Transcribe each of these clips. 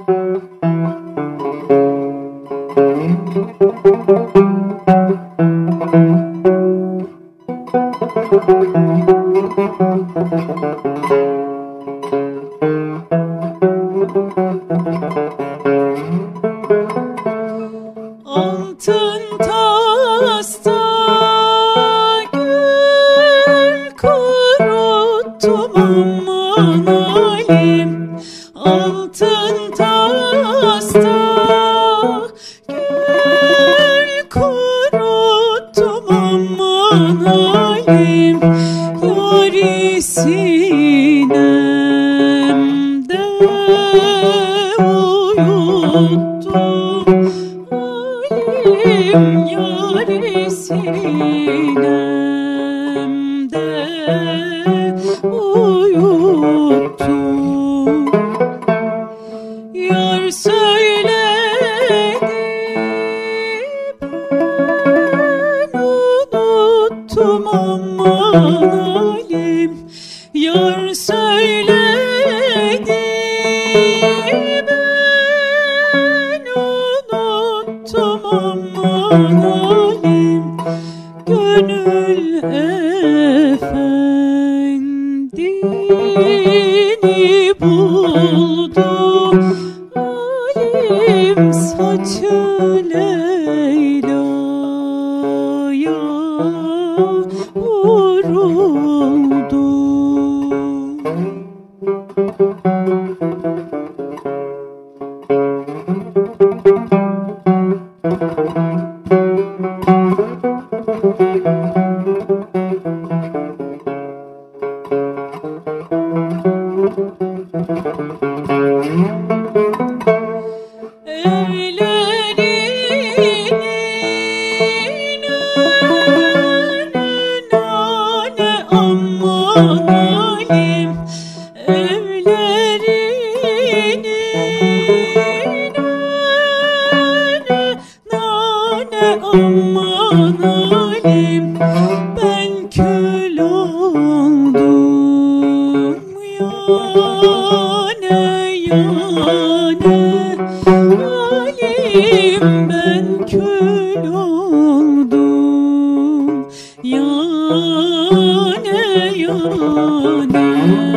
Altın tasta gül kuruttum aman halim. Altın tasta gül kuruttum aman halim. Yâri sinemde uyuttum yâri sinemde uyuttum. Yar söyledi ben unuttum aman halim. Yar söyledi ben unuttum aman halim. Gönül efendini buldu halim. Saçı Leyla'ya vuruldu. Evlerinin önüne aman halim. Evlerinin önüne aman halim. Ben kül oldum yâne yâne halim. Ben kül oldum yâne yâne.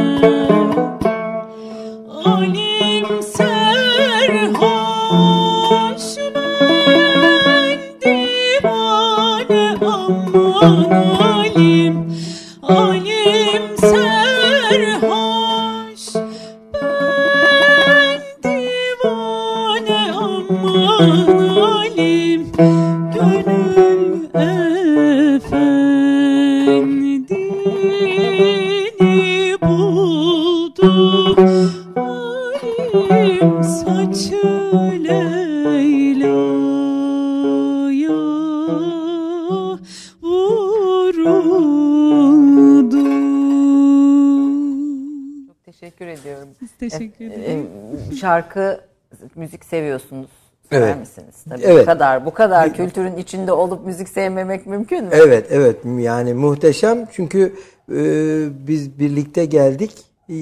Halim serhoş ben divane aman halim. Halim serhoş ben divane aman halim. Gönül efendini buldu halim. Saçı Leyla'ya vuruldu. Çok teşekkür ediyorum. Teşekkür ederim. Şarkı, müzik seviyorsunuz. Evet. Sever misiniz? Tabii Evet. bu kadar kültürün içinde olup müzik sevmemek mümkün mü? Evet, yani muhteşem çünkü biz birlikte geldik.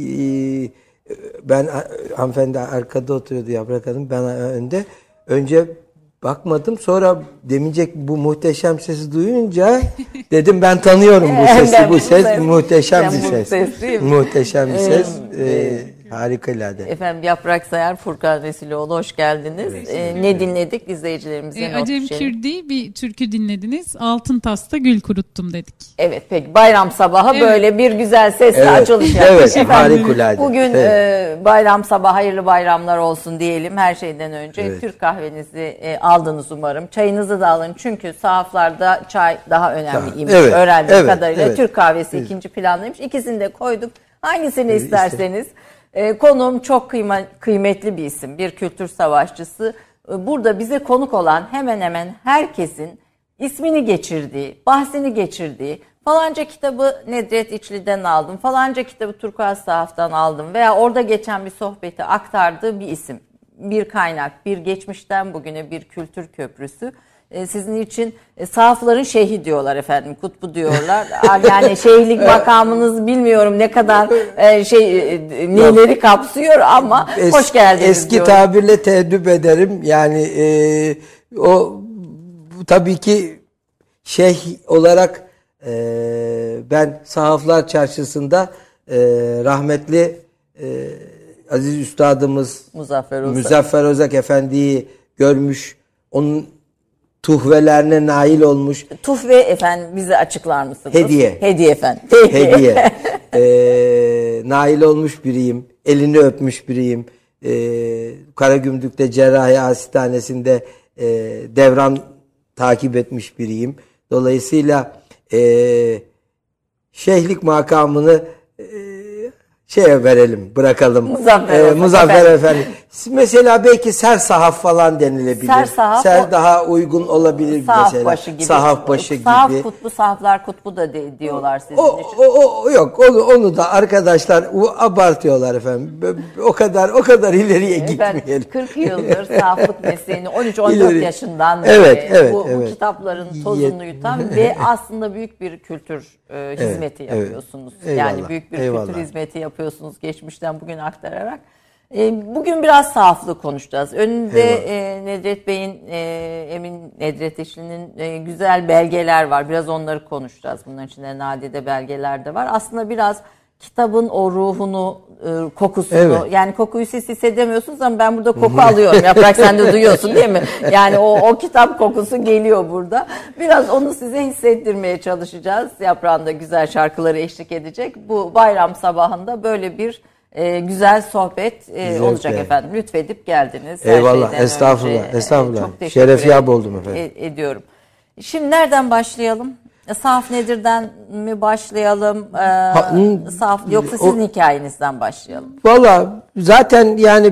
Ben hanımefendi arkada oturuyordu, Yaprak Hanım, ben önde. Önce bakmadım, sonra demeyecek bu muhteşem sesi duyunca dedim ben tanıyorum bu sesi. Bu ses muhteşem bir ses. Muhteşem bir ses. Harikulade. Efendim Yaprak Sayar, Furkan Vesiloğlu, hoş geldiniz. Ne dinledik izleyicilerimize? Acem Kürdi bir türkü dinlediniz. Altın tasta gül kuruttum dedik. Evet, peki bayram sabahı böyle bir güzel sesle açılış yaptık. Evet, harikulade. Bugün bayram sabahı hayırlı bayramlar olsun diyelim. Her şeyden önce Türk kahvenizi aldınız umarım. Çayınızı da alın çünkü sahaflarda çay daha önemliymiş. Öğrendiğim kadarıyla Türk kahvesi ikinci plandaymış. İkisini de koyduk. Hangisini isterseniz. Konuğum çok kıymetli bir isim, bir kültür savaşçısı. Burada bize konuk olan hemen hemen herkesin ismini geçirdiği, bahsini geçirdiği, falanca kitabı Nedret İçli'den aldım, falanca kitabı Turkuaz Sahaf'tan aldım veya orada geçen bir sohbeti aktardığı bir isim. Bir kaynak, bir geçmişten bugüne bir kültür köprüsü. sizin için sahafların şeyhi diyorlar efendim, kutbu diyorlar. Yani şeyhlik makamınız bilmiyorum ne kadar neleri kapsıyor ama hoş geldiniz eski diyorum. tabirle teeddüp ederim. Yani o tabii ki şeyh olarak ben Sahaflar Çarşısı'nda rahmetli aziz üstadımız Muzaffer Özak Efendi'yi görmüş, onun tuhvelerine nail olmuş. Tuhve efendim bize açıklar mısınız? Hediye efendim. Hediye. Nail olmuş biriyim. Elini öpmüş biriyim. Karagümrük'te Cerrahi Hastanesi'nde devran takip etmiş biriyim. Dolayısıyla şeyhlik makamını verelim, bırakalım. Muzaffer Efendi. Mesela belki ser sahaf falan denilebilir. Ser daha uygun olabilir sahaf mesela. Başı gibi. Sahaf başı gibi. Sahaf kutbu, sahaflar kutbu da diyorlar sizin için. Yok, onu da arkadaşlar abartıyorlar efendim. O kadar ileriye gitmeyelim. 40 yıldır sahaflık mesleğini 13-14 yaşından bu kitapların tozunu yutan ve aslında büyük bir kültür hizmeti yapıyorsunuz. Evet. Yani büyük bir kültür hizmeti yapıyorsunuz geçmişten bugün aktararak. Bugün biraz sahaflık konuşacağız. Önünde Nedret Bey'in, Emin Nedret Eşli'nin güzel belgeler var. Biraz onları konuşacağız. Bunların içinde nadide belgeler de var. Aslında biraz kitabın o ruhunu, kokusunu, yani kokuyu siz hissedemiyorsunuz ama ben burada koku alıyorum. Yaprak sen de duyuyorsun değil mi? Yani o kitap kokusu geliyor burada. Biraz onu size hissettirmeye çalışacağız. Yaprağın da güzel şarkıları eşlik edecek. Bu bayram sabahında böyle bir güzel sohbet olacak efendim. Lütfedip geldiniz. Eyvallah. Estağfurullah. Şerefyab oldum efendim. Ediyorum. Şimdi nereden başlayalım? Sahaf nedirden mi başlayalım? Yoksa sizin hikayenizden başlayalım? Valla zaten yani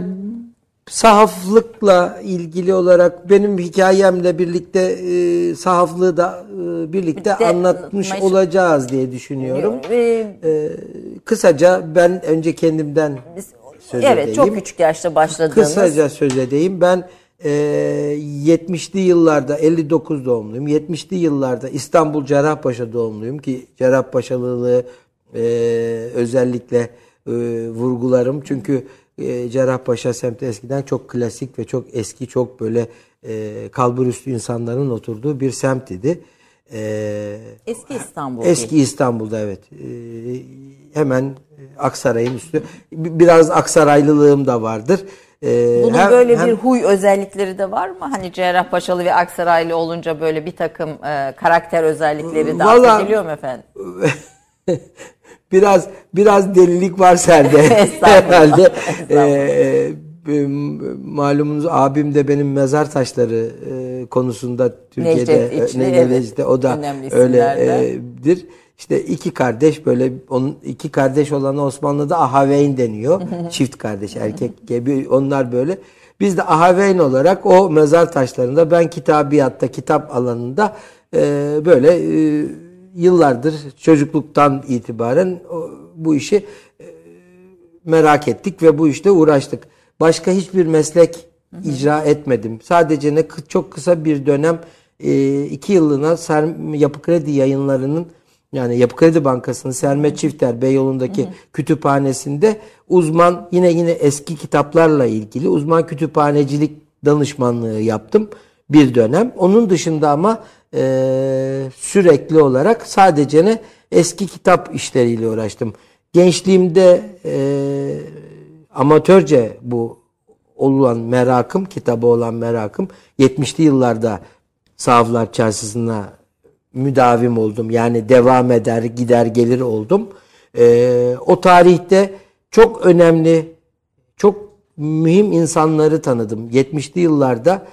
sahaflıkla ilgili olarak benim hikayemle birlikte sahaflığı da birlikte anlatmış olacağız diye düşünüyorum. Kısaca ben önce kendimden söz edeyim. Evet, çok küçük yaşta başladığınız. Kısaca söz edeyim. Ben 70'li yıllarda 59 doğumluyum. 70'li yıllarda İstanbul Cerrahpaşa doğumluyum ki Cerrahpaşalılığı özellikle vurgularım. Çünkü Cerrahpaşa semti eskiden çok klasik ve çok eski, çok böyle kalburüstü insanların oturduğu bir semt idi. Eski İstanbul. Eski İstanbul'da evet. Hemen Aksaray'ın üstü. Biraz Aksaraylılığım da vardır. Bunun böyle bir huy özellikleri de var mı? Hani Cerrahpaşalı ve Aksaraylı olunca böyle bir takım karakter özellikleri de atfediliyor mu efendim? biraz delilik var sende herhalde. Malumunuz abim de benim mezar taşları konusunda Türkiye'de Necdet o da öyledir. İşte iki kardeş böyle iki kardeş olan Osmanlı'da Ahaveyn deniyor. Çift kardeş erkek gibi onlar böyle. Biz de Ahaveyn olarak o mezar taşlarında ben kitabiyatta kitap alanında böyle yıllardır çocukluktan itibaren bu işi merak ettik ve bu işte uğraştık. Başka hiçbir meslek icra etmedim. Sadece çok kısa bir dönem 2 yıllığına Yapı Kredi Yayınları'nın yani Yapı Kredi Bankası'nın Sermet Çifter Beyoğlu'ndaki kütüphanesinde yine eski kitaplarla ilgili uzman kütüphanecilik danışmanlığı yaptım bir dönem. Onun dışında ama sürekli olarak sadece eski kitap işleriyle uğraştım. Gençliğimde amatörce bu olan merakım, kitaba olan merakım 70'li yıllarda Sahaflar Çarşısı'na müdavim oldum. Yani devam eder, gider gelir oldum. O tarihte çok önemli, çok mühim insanları tanıdım. 70'li yıllarda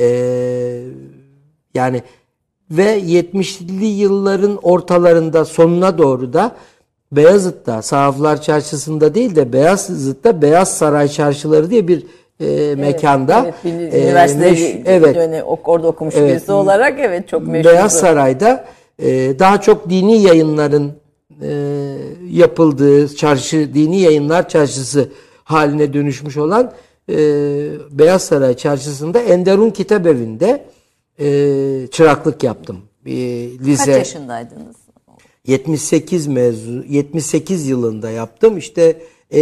yani ve 70'li yılların ortalarında sonuna doğru da Beyazıt'ta, Sahaflar Çarşısı'nda değil de Beyazıt'ta Beyaz Saray Çarşıları diye bir mekanda. Evet, üniversite orada okumuş birisi olarak çok meşhur. Beyaz Saray'da daha çok dini yayınların yapıldığı dini yayınlar çarşısı haline dönüşmüş olan Beyaz Saray Çarşısı'nda Enderun Kitabevi'nde çıraklık yaptım. Lise. Kaç yaşındaydınız? 78 yılında yaptım. İşte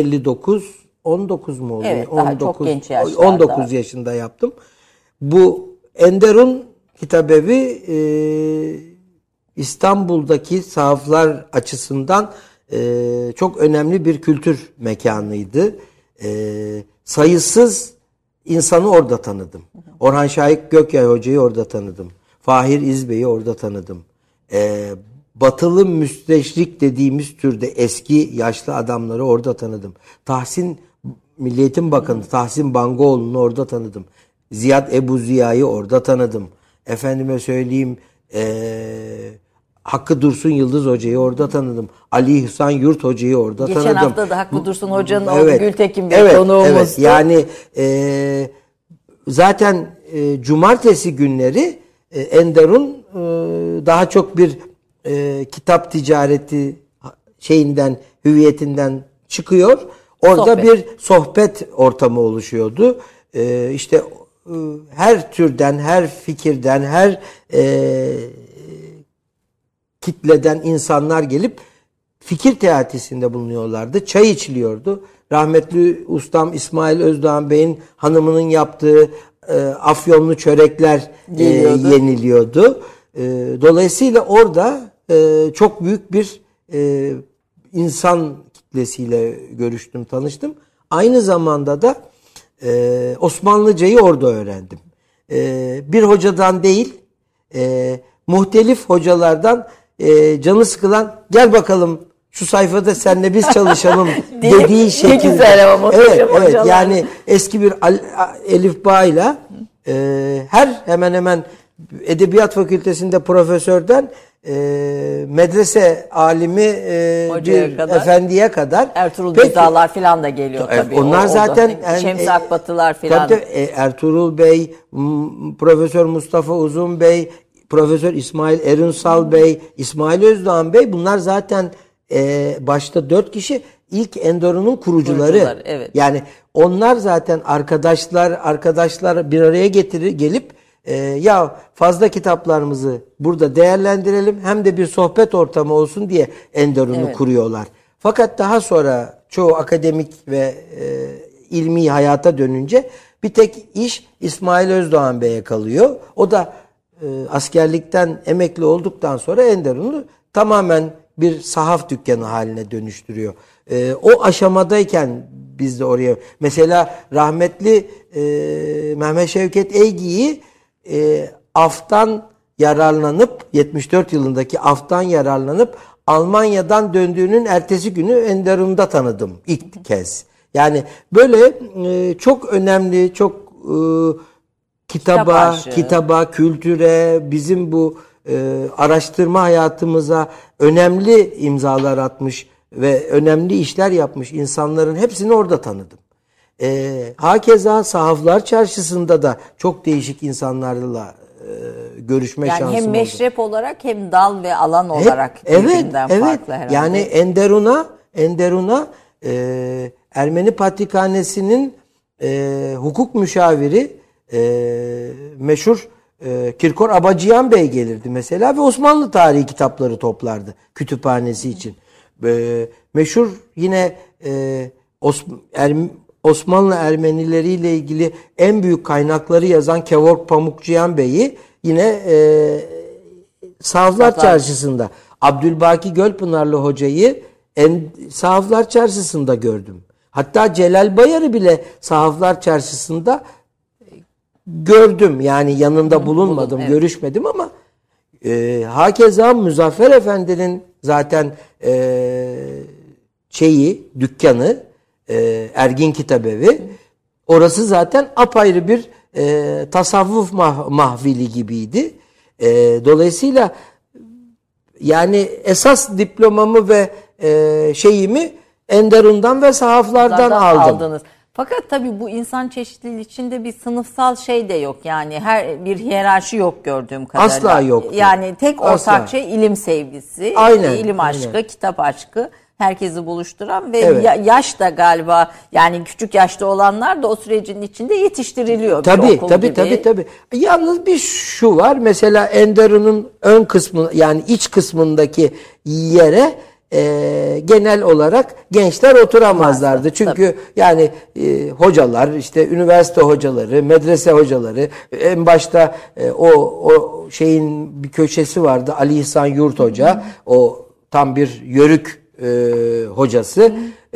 19 mu oluyor? Evet, daha 19, çok genç yaşlarda. 19 yaşında yaptım. Bu Enderun Kitabevi İstanbul'daki sahaflar açısından çok önemli bir kültür mekanıydı. Sayısız insanı orada tanıdım. Orhan Şahik Gökyay Hoca'yı orada tanıdım. Fahir İzbey'i orada tanıdım. Batılı müsteşrik dediğimiz türde eski yaşlı adamları orada tanıdım. Milli Eğitim Bakanı Tahsin Bangoğlu'nu orada tanıdım. Ziyad Ebu Ziya'yı orada tanıdım. Efendime söyleyeyim Hakkı Dursun Yıldız Hoca'yı orada tanıdım. Ali İhsan Yurt Hoca'yı orada tanıdım. Geçen hafta da Hakkı Dursun Hoca'nın oğlu Gültekin Bey konuğumuzdu. Evet, yani zaten cumartesi günleri Enderun daha çok bir kitap ticareti hüviyetinden çıkıyor. Orada bir sohbet ortamı oluşuyordu. İşte her türden, her fikirden, her kitleden insanlar gelip fikir teatisinde bulunuyorlardı. Çay içiliyordu. Rahmetli ustam İsmail Özdoğan Bey'in hanımının yaptığı afyonlu çörekler yeniliyordu. Dolayısıyla orada çok büyük bir insan kitlesiyle görüştüm, tanıştım. Aynı zamanda da Osmanlıcayı orada öğrendim. Bir hocadan değil, muhtelif hocalardan canı sıkılan gel bakalım şu sayfada seninle biz çalışalım dediği şekilde. Ne güzel ama evet, yani eski bir elifbayla hemen hemen Edebiyat Fakültesi'nde profesörden medrese alimi bir efendiye kadar. Ertuğrul Rızalar falan da geliyor tabii. Onlar zaten Şemsi Akbatılar falan. Tabii, Ertuğrul Bey, Profesör Mustafa Uzun Bey, Profesör İsmail Erinsal Bey, İsmail Özdoğan Bey, bunlar zaten başta 4 kişi ilk Enderun'un kurucuları. Evet. Yani onlar zaten arkadaşlar bir araya gelip ya fazla kitaplarımızı burada değerlendirelim hem de bir sohbet ortamı olsun diye Enderun'u kuruyorlar. Fakat daha sonra çoğu akademik ve ilmi hayata dönünce bir tek iş İsmail Özdoğan Bey'e kalıyor. O da askerlikten emekli olduktan sonra Enderun'u tamamen bir sahaf dükkanı haline dönüştürüyor. O aşamadayken biz de oraya mesela rahmetli Mehmet Şevket Eygi'yi aftan yararlanıp 74 yılındaki aftan yararlanıp Almanya'dan döndüğünün ertesi günü Enderun'da tanıdım ilk kez. Yani böyle çok önemli, çok kitaba, kültüre, bizim bu araştırma hayatımıza önemli imzalar atmış ve önemli işler yapmış insanların hepsini orada tanıdım. Hakeza Sahaflar Çarşısı'nda da çok değişik insanlarla görüşme şansım oldu. Yani hem meşrep olarak hem dal ve alan olarak birbirinden farklı herhalde. Yani Enderun'a Ermeni Patrikhanesi'nin hukuk müşaviri meşhur Kirkor Abacıyan Bey gelirdi mesela ve Osmanlı tarihi kitapları toplardı kütüphanesi için. Meşhur yine Osmanlı Ermenileriyle ilgili en büyük kaynakları yazan Kevork Pamukçıyan Bey'i yine Sahaflar Çarşısı'nda, Abdülbaki Gölpınarlı Hoca'yı Sahaflar Çarşısı'nda gördüm. Hatta Celal Bayar'ı bile Sahaflar Çarşısı'nda gördüm. Yani yanında bulunmadım, görüşmedim ama hakeza Muzaffer Efendi'nin zaten dükkanı Ergin Kitabevi, orası zaten apayrı bir tasavvuf mahvili gibiydi. Dolayısıyla yani esas diplomamı ve şeyimi Enderun'dan ve sahaflardan aldım. Aldınız. Fakat tabii bu insan çeşitliliği içinde bir sınıfsal şey de yok. Yani her bir hiyerarşi yok gördüğüm kadarıyla. Asla yok. Yani tek ortak şey ilim sevgisi, ilim aşkı, kitap aşkı. herkesi buluşturan ve yaş da galiba, yani küçük yaşta olanlar da o sürecin içinde yetiştiriliyor. Tabii. Yalnız bir şu var. Mesela Enderun'un ön kısmı, yani iç kısmındaki yere genel olarak gençler oturamazlardı. Çünkü yani hocalar, işte üniversite hocaları, medrese hocaları, en başta o şeyin bir köşesi vardı, Ali İhsan Yurt Hoca. O tam bir yörük hocası.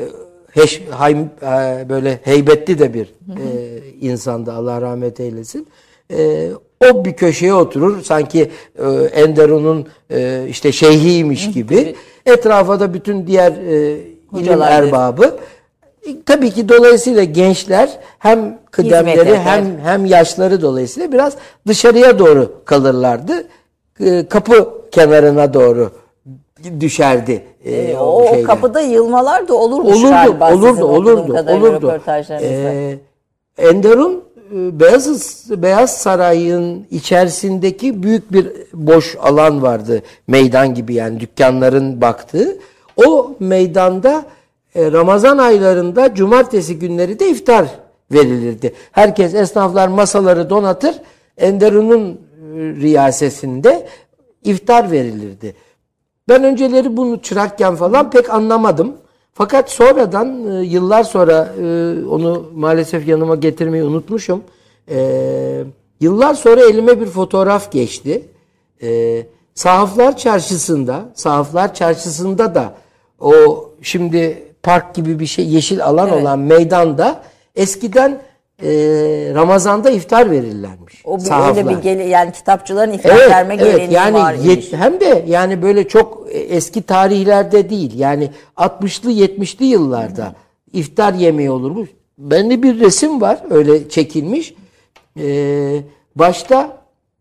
Böyle heybetli de bir insandı, Allah rahmet eylesin. O bir köşeye oturur, sanki Enderun'un işte şeyhiymiş gibi. Etrafa da bütün diğer ilim erbabı. Tabii ki dolayısıyla gençler hem kıdemleri hem yaşları dolayısıyla biraz dışarıya doğru kalırlardı. Kapı kenarına doğru düşerdi. O kapıda yığılmalar da olurmuş galiba. Olurdu. Enderun Beyaz Saray'ın içerisindeki büyük bir boş alan vardı. Meydan gibi, yani dükkanların baktığı. O meydanda Ramazan aylarında cumartesi günleri de iftar verilirdi. Herkes, esnaflar masaları donatır. Enderun'un riyasesinde iftar verilirdi. Ben önceleri bunu çırakken falan pek anlamadım. Fakat sonradan, yıllar sonra, onu maalesef yanıma getirmeyi unutmuşum. Yıllar sonra elime bir fotoğraf geçti. Sahaflar Çarşısı'nda da o şimdi park gibi bir şey, yeşil alan olan meydanda eskiden Ramazan'da iftar verirlermiş. O öyle bir yani kitapçıların iftar verme geleneği yani var. Hem de yani böyle çok eski tarihlerde değil. Yani 60'lı 70'li yıllarda iftar yemeği olurmuş. Bende bir resim var, öyle çekilmiş. Başta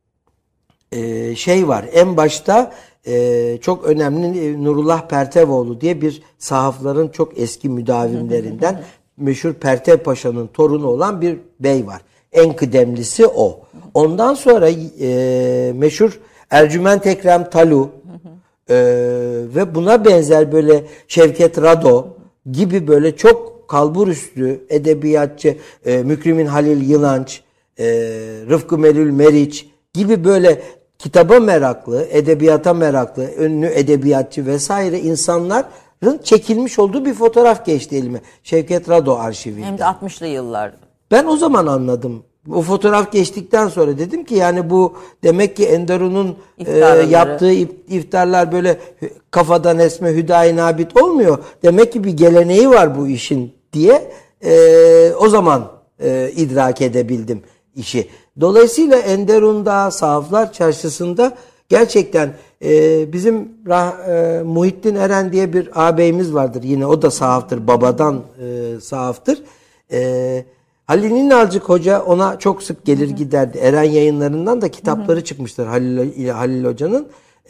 şey var. En başta çok önemli Nurullah Pertevoğlu diye bir sahafların çok eski müdavimlerinden, meşhur Pertev Paşa'nın torunu olan bir bey var. En kıdemlisi o. Ondan sonra meşhur Ercüment Ekrem Talu ve buna benzer böyle Şevket Rado gibi böyle çok kalburüstü edebiyatçı, Mükrimin Halil Yılanç, Rıfkı Melül Meriç gibi böyle kitaba meraklı, edebiyata meraklı, ünlü edebiyatçı vesaire insanların çekilmiş olduğu bir fotoğraf geçti elime. Şevket Rado arşivinde. Hem de 60'lı yıllar. Ben o zaman anladım. O fotoğraf geçtikten sonra dedim ki yani bu demek ki Enderun'un yaptığı iftarlar böyle kafadan esme hüdayi nabit olmuyor. Demek ki bir geleneği var bu işin diye o zaman idrak edebildim işi. Dolayısıyla Enderun'da, Sahaflar Çarşısı'nda gerçekten bizim Muhittin Eren diye bir ağabeyimiz vardır. Yine o da sahaftır, babadan sahaftır. Halil İnalcık Hoca ona çok sık gelir giderdi. Eren Yayınları'ndan da kitapları çıkmıştır Halil Hoca'nın.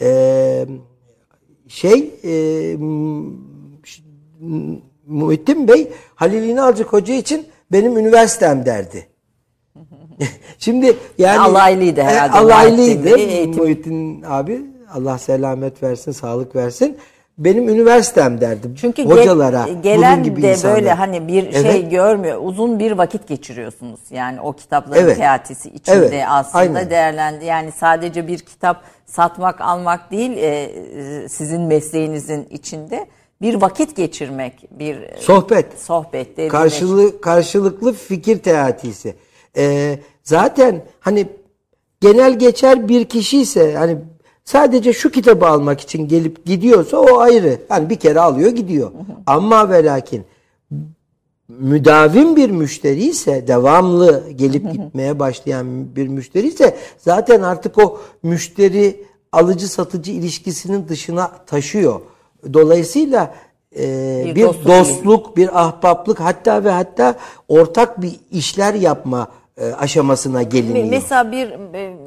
Muhittin Bey Halil İnalcık Hoca için benim üniversitem derdi. Şimdi yani alaylıydı herhalde. Alaylıydı Muhittin abi. Allah selamet versin, sağlık versin. Benim üniversitem derdim. Çünkü hocalara, gelen gibi de insanlar. Böyle hani bir şey görmüyor. Uzun bir vakit geçiriyorsunuz. Yani o kitapların teatisi içinde aslında değerlendi. Yani sadece bir kitap satmak, almak değil, sizin mesleğinizin içinde bir vakit geçirmek, bir sohbet karşılıklı fikir teatisi. Zaten hani genel geçer bir kişi ise, hani sadece şu kitabı almak için gelip gidiyorsa o ayrı. Yani bir kere alıyor gidiyor. Ama ve lakin müdavim bir müşteri ise, devamlı gelip gitmeye başlayan bir müşteri ise zaten artık o müşteri alıcı satıcı ilişkisinin dışına taşıyor. Dolayısıyla bir dostluk, bir ahbaplık, hatta ortak bir işler yapma aşamasına geliniyor. Mesela bir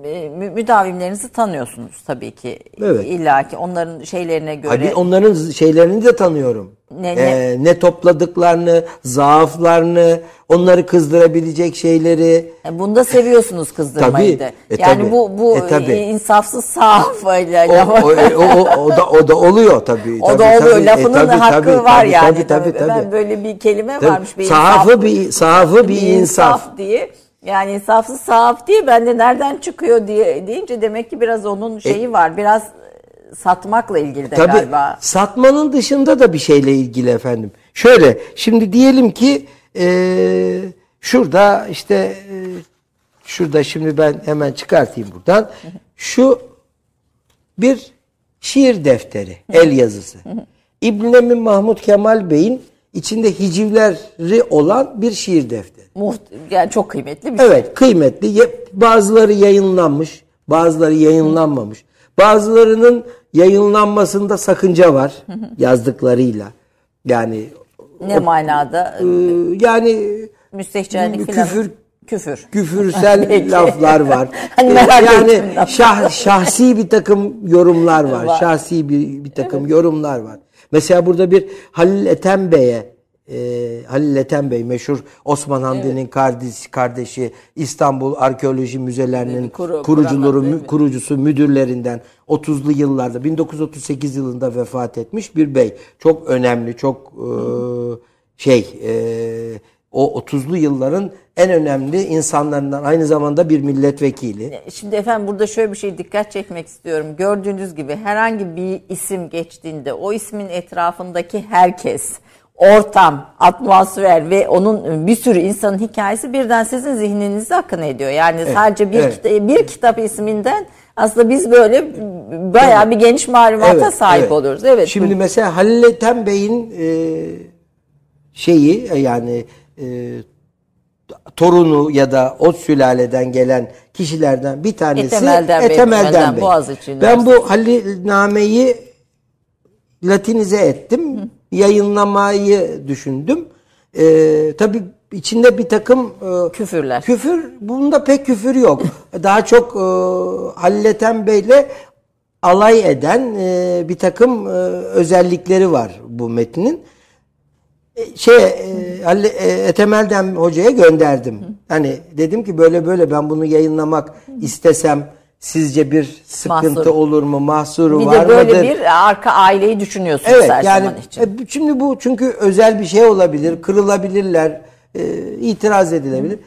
müdavimlerinizi tanıyorsunuz tabii ki. Evet. İlla ki onların şeylerine göre. Abi onların şeylerini de tanıyorum. Ne topladıklarını, zaaflarını, onları kızdırabilecek şeyleri. Bunda seviyorsunuz kızdırmayı da. Yani tabii. İnsafsız safıyla. O da oluyor tabii. O da oluyor. Lafının hakkı var yani. Tabii. Ben böyle bir kelime varmış. Sahafı bir insaf diye. Yani insafsız sahaf diye ben de nereden çıkıyor deyince demek ki biraz onun şeyi var. Biraz satmakla ilgili de galiba. Satmanın dışında da bir şeyle ilgili efendim. Şöyle şimdi diyelim ki şurada işte şurada şimdi ben hemen çıkartayım buradan. Şu bir şiir defteri, el yazısı. İbn Emin Mahmud Kemal Bey'in içinde hicivleri olan bir şiir defteri. Yani çok kıymetli bir şey. Evet, kıymetli. Bazıları yayınlanmış, bazıları yayınlanmamış. Bazılarının yayınlanmasında sakınca var yazdıklarıyla. Yani ne manada? Yani müstehcenlik falan. Küfürsel laflar var. Yani şahsi bir takım yorumlar var. Şahsi bir takım yorumlar var. Mesela burada bir Halil Ethem Bey meşhur Osman Hamdi'nin kardeşi, İstanbul Arkeoloji Müzelerinin kurucusu, müdürlerinden 30'lu yıllarda 1938 yılında vefat etmiş bir bey. Çok önemli, çok o 30'lu yılların en önemli insanlarından, aynı zamanda bir milletvekili. Şimdi efendim burada şöyle bir şey dikkat çekmek istiyorum. Gördüğünüz gibi herhangi bir isim geçtiğinde o ismin etrafındaki herkes, ortam, atmosfer ve onun bir sürü insanın hikayesi birden sizin zihninize akın ediyor. Yani sadece bir kitap isminden aslında biz böyle bayağı bir geniş malumata sahip oluyoruz. Evet. Şimdi mesela Halil Ethem Bey'in yani torunu ya da o sülaleden gelen kişilerden bir tanesi Etemel'den Bey. Ben bu Halilname'yi Latinize ettim. Yayınlamayı düşündüm. Tabii içinde bir takım küfürler. Bunda pek küfür yok. Daha çok Halil Ethem Bey'le alay eden bir takım özellikleri var bu metnin. Etemel'den hocaya gönderdim. Hani dedim ki böyle ben bunu yayınlamak istesem sizce bir sıkıntı olur mu? Mahsuru var mıdır? Bir de böyle bir arka aileyi düşünüyorsunuz her zaman için. Şimdi bu çünkü özel bir şey olabilir. Kırılabilirler. İtiraz edilebilir.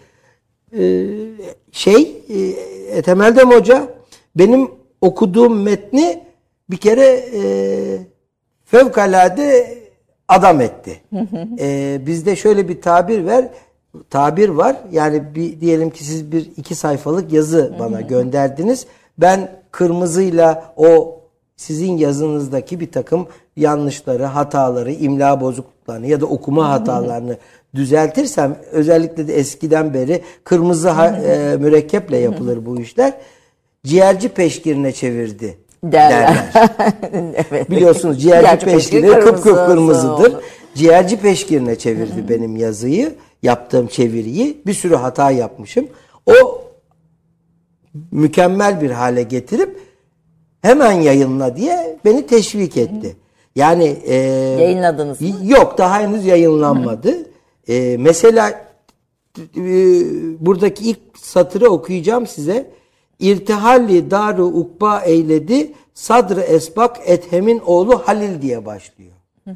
Etemel'den hoca benim okuduğum metni bir kere fevkalade adam etti. Bizde şöyle bir tabir var. Yani diyelim ki siz 2 sayfalık yazı bana gönderdiniz. Ben kırmızıyla o sizin yazınızdaki bir takım yanlışları, hataları, imla bozukluklarını ya da okuma hatalarını düzeltirsem, özellikle de eskiden beri kırmızı mürekkeple yapılır bu işler. Ciğerci peşkirine çevirdi derler. Evet. Biliyorsunuz ciğerci peşkiri kıpkırmızıdır. Ciğerci peşkirine çevirdi benim yazıyı, yaptığım çeviriyi. Bir sürü hata yapmışım. O mükemmel bir hale getirip hemen yayınla diye beni teşvik etti. Yani yayınladınız mı? Yok, daha henüz yayınlanmadı. Mesela buradaki ilk satırı okuyacağım size. İrtihalli daru ukba eyledi sadr-ı esbak Ethem'in oğlu Halil diye başlıyor.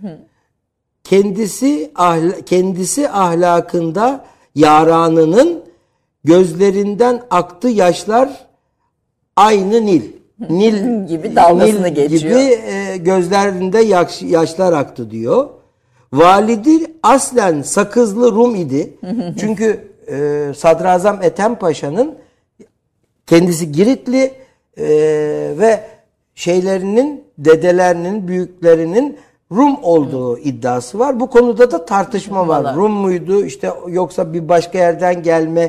Kendisi ahlakında yaranının gözlerinden aktı yaşlar aynı Nil. Nil gibi dalgasını geçiyor. Gibi gözlerinde yaşlar aktı diyor. Validi aslen Sakızlı Rum idi. Çünkü Sadrazam Ethem Paşa'nın kendisi Giritli ve dedelerinin, büyüklerinin Rum olduğu iddiası var. Bu konuda da tartışma var. Rum muydu? İşte yoksa bir başka yerden gelme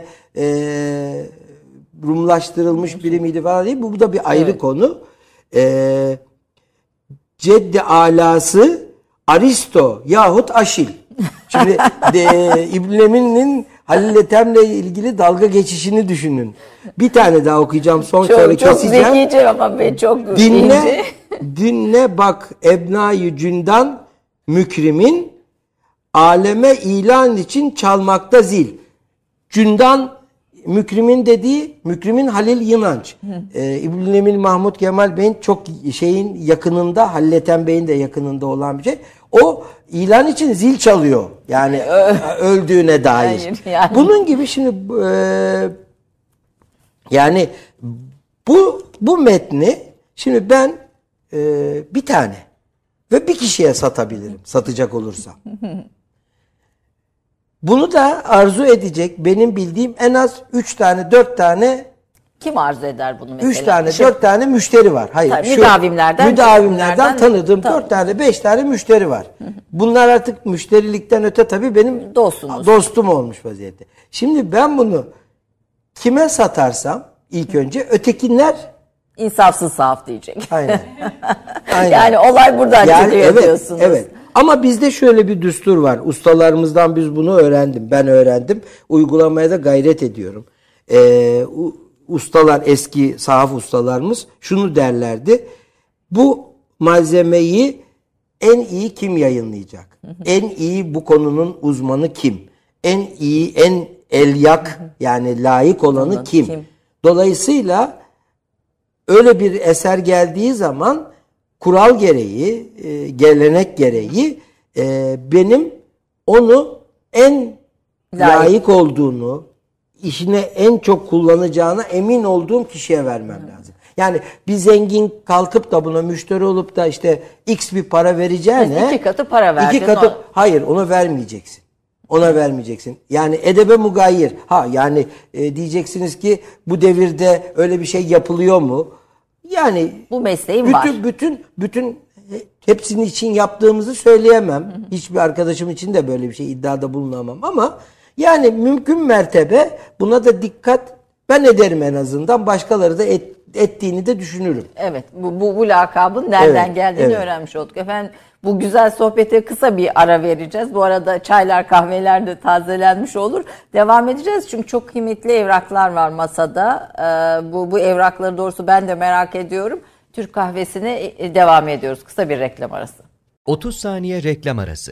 Rumlaştırılmış biri miydi falan değil. Bu da bir ayrı konu. Ceddi alası Aristo yahut Aşil. Şimdi İbn Emin'in Halil Ethem'le ilgili dalga geçişini düşünün. Bir tane daha okuyacağım. Sonra keseceğim. Çok zekice ama ben çok dinle bak Ebna-i Cündan mükrimin aleme ilan için çalmakta zil. Cündan mükrimin dediği mükrimin Halil Yınanç. İbn Emil Mahmud Kemal Bey'in çok şeyin yakınında, Halil Ethem Bey'in de yakınında olan bir şey. O ilan için zil çalıyor. Yani öldüğüne dair. Hayır, yani. Bunun gibi şimdi yani bu metni şimdi ben bir tane ve bir kişiye satabilirim satacak olursam. Bunu da arzu edecek benim bildiğim en az 3 tane 4 tane. Kim arzu eder bunu mesela? 3 tane 4 tane müşteri var. Hayır. Tabii, müdavimlerden tanıdığım 4 tane 5 tane müşteri var. Bunlar artık müşterilikten öte tabii benim dostum olmuş vaziyette. Şimdi ben bunu kime satarsam ilk önce ötekiler insafsız sahaf diyecek. Aynen. Yani olay buradan çıkıyor diyorsunuz. Evet. Ama bizde şöyle bir düstur var. Ustalarımızdan biz bunu öğrendim. Ben öğrendim. Uygulamaya da gayret ediyorum. Ustalar, eski sahaf ustalarımız şunu derlerdi. Bu malzemeyi en iyi kim yayınlayacak? En iyi bu konunun uzmanı kim? En iyi, en elyak yani layık olanı kim? Dolayısıyla öyle bir eser geldiği zaman kural gereği, gelenek gereği benim onu en layık olduğunu, işine en çok kullanacağına emin olduğum kişiye vermem lazım. Yani bir zengin kalkıp da buna müşteri olup da işte X bir para vereceğine 2 katı para verdin. 2 katı hayır ona vermeyeceksin. Ona vermeyeceksin. Yani edebe mugayir. Yani diyeceksiniz ki bu devirde öyle bir şey yapılıyor mu? Yani bu mesleğin var. Bütün hepsinin için yaptığımızı söyleyemem. Hiçbir arkadaşım için de böyle bir şey iddiada bulunamam ama yani mümkün mertebe buna da dikkat ben ederim en azından. Başkaları da ettiğini de düşünürüm. Evet. Bu lakabın nereden geldiğini öğrenmiş olduk. Efendim bu güzel sohbete kısa bir ara vereceğiz. Bu arada çaylar, kahveler de tazelenmiş olur. Devam edeceğiz çünkü çok kıymetli evraklar var masada. Bu evrakları doğrusu ben de merak ediyorum. Türk kahvesine devam ediyoruz. Kısa bir reklam arası. 30 saniye reklam arası.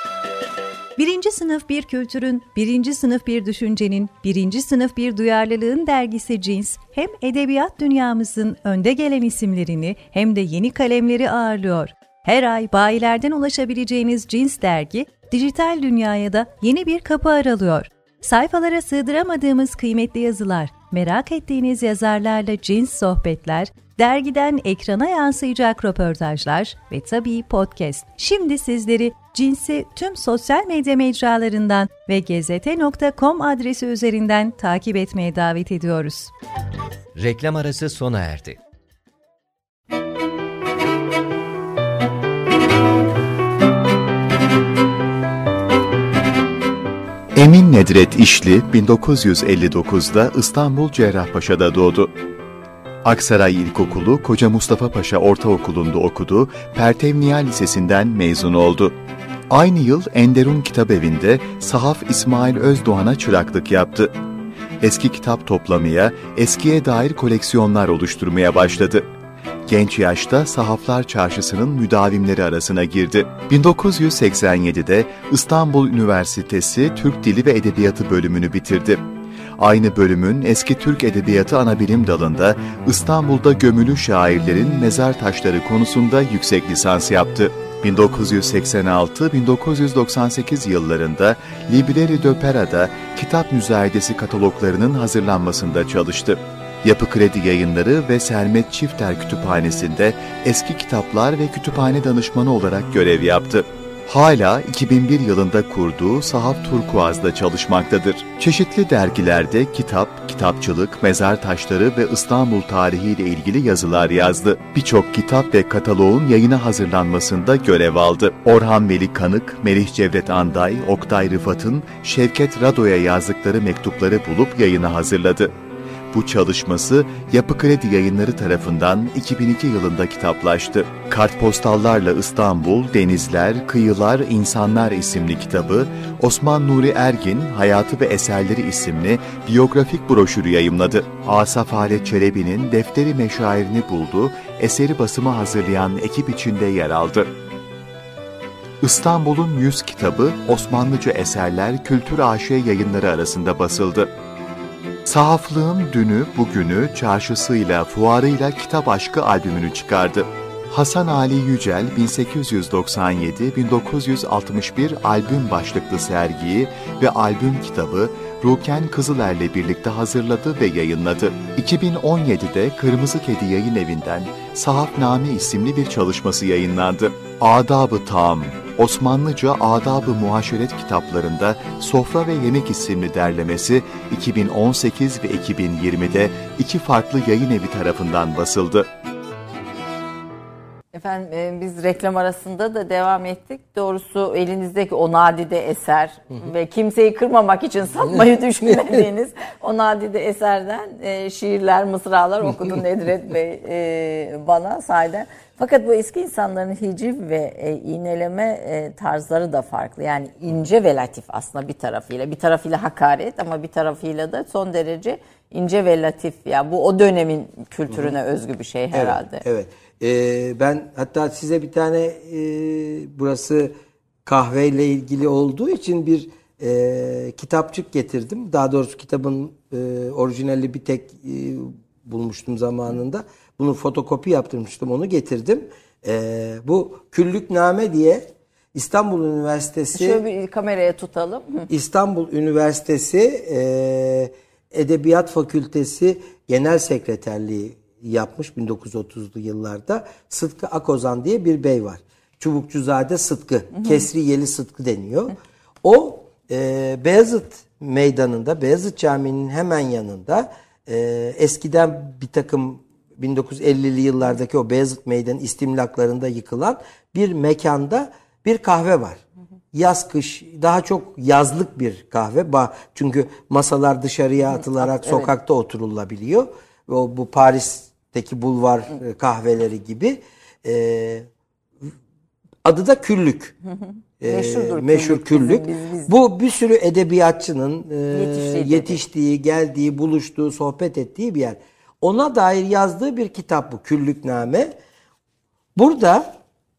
Birinci sınıf bir kültürün, birinci sınıf bir düşüncenin, birinci sınıf bir duyarlılığın dergisi Cins, hem edebiyat dünyamızın önde gelen isimlerini hem de yeni kalemleri ağırlıyor. Her ay bayilerden ulaşabileceğiniz Cins dergi, dijital dünyaya da yeni bir kapı aralıyor. Sayfalara sığdıramadığımız kıymetli yazılar, merak ettiğiniz yazarlarla Cins sohbetler, dergiden ekrana yansıyacak röportajlar ve tabii podcast. Şimdi sizleri Cins'i tüm sosyal medya mecralarından ve gezete.com adresi üzerinden takip etmeye davet ediyoruz. Reklam arası sona erdi. Emin Nedret İşli 1959'da İstanbul Cerrahpaşa'da doğdu. Aksaray İlkokulu, Koca Mustafa Paşa Ortaokulu'nda okudu, Pertevniya Lisesi'nden mezun oldu. Aynı yıl Enderun Kitabevi'nde Sahaf İsmail Özdoğan'a çıraklık yaptı. Eski kitap toplamaya, eskiye dair koleksiyonlar oluşturmaya başladı. Genç yaşta Sahaflar Çarşısı'nın müdavimleri arasına girdi. 1987'de İstanbul Üniversitesi Türk Dili ve Edebiyatı bölümünü bitirdi. Aynı bölümün eski Türk Edebiyatı Anabilim dalında İstanbul'da gömülü şairlerin mezar taşları konusunda yüksek lisans yaptı. 1986-1998 yıllarında Librairie de Pera'da kitap müzayedesi kataloglarının hazırlanmasında çalıştı. Yapı Kredi Yayınları ve Sermet Çifter Kütüphanesi'nde eski kitaplar ve kütüphane danışmanı olarak görev yaptı. Hala 2001 yılında kurduğu Sahaf Turkuaz'da çalışmaktadır. Çeşitli dergilerde kitap, kitapçılık, mezar taşları ve İstanbul tarihiyle ilgili yazılar yazdı. Birçok kitap ve kataloğun yayına hazırlanmasında görev aldı. Orhan Veli Kanık, Melih Cevdet Anday, Oktay Rıfat'ın Şevket Rado'ya yazdıkları mektupları bulup yayına hazırladı. Bu çalışması Yapı Kredi Yayınları tarafından 2002 yılında kitaplaştı. Kartpostallarla İstanbul, Denizler, Kıyılar, İnsanlar isimli kitabı, Osman Nuri Ergin, Hayatı ve Eserleri isimli biyografik broşürü yayımladı. Asaf Halet Çelebi'nin Defteri Meşairini buldu, eseri basıma hazırlayan ekip içinde yer aldı. İstanbul'un 100 kitabı Osmanlıca Eserler Kültür AŞ Yayınları arasında basıldı. Sahaflığın dünü, bugünü, çarşısıyla, fuarıyla Kitap Aşkı albümünü çıkardı. Hasan Ali Yücel 1897-1961 albüm başlıklı sergiyi ve albüm kitabı Ruken Kızıler'le birlikte hazırladı ve yayınladı. 2017'de Kırmızı Kedi Yayın Evi'nden Sahafname isimli bir çalışması yayınlandı. Adab-ı Taam, Osmanlıca Adab-ı Muaşeret kitaplarında Sofra ve Yemek isimli derlemesi 2018 ve 2020'de 2 farklı yayın evi tarafından basıldı. Efendim biz reklam arasında da devam ettik. Doğrusu elinizdeki o nadide eser ve kimseyi kırmamak için satmayı düşünmediğiniz o nadide eserden şiirler, mısralar okudu Nedret Bey bana sahiden. Fakat bu eski insanların hiciv ve iğneleme tarzları da farklı. Yani ince ve latif aslında bir tarafıyla hakaret ama bir tarafıyla da son derece ince ve latif. Yani bu o dönemin kültürüne özgü bir şey herhalde. Evet. Ben hatta size bir tane burası kahveyle ilgili olduğu için bir kitapçık getirdim. Daha doğrusu kitabın orijinali bir tek bulmuştum zamanında. Bunu fotokopi yaptırmıştım, onu getirdim. Bu Küllükname diye İstanbul Üniversitesi... Şöyle bir kameraya tutalım. İstanbul Üniversitesi Edebiyat Fakültesi Genel Sekreterliği yapmış 1930'lu yıllarda. Sıtkı Akozan diye bir bey var. Çubukçuzade Sıtkı, Kesriyeli Sıtkı deniyor. O Beyazıt Meydanı'nda, Beyazıt Camii'nin hemen yanında eskiden bir takım 1950'li yıllardaki o Beyazıt Meydanı istimlaklarında yıkılan bir mekanda bir kahve var. Yaz kış daha çok yazlık bir kahve. Çünkü masalar dışarıya atılarak sokakta oturulabiliyor. Bu Paris'teki bulvar kahveleri gibi. Adı da Küllük. Meşhur Küllük. Bu bir sürü edebiyatçının yetiştiği, geldiği, buluştuğu, sohbet ettiği bir yer. Ona dair yazdığı bir kitap bu Küllükname. Burada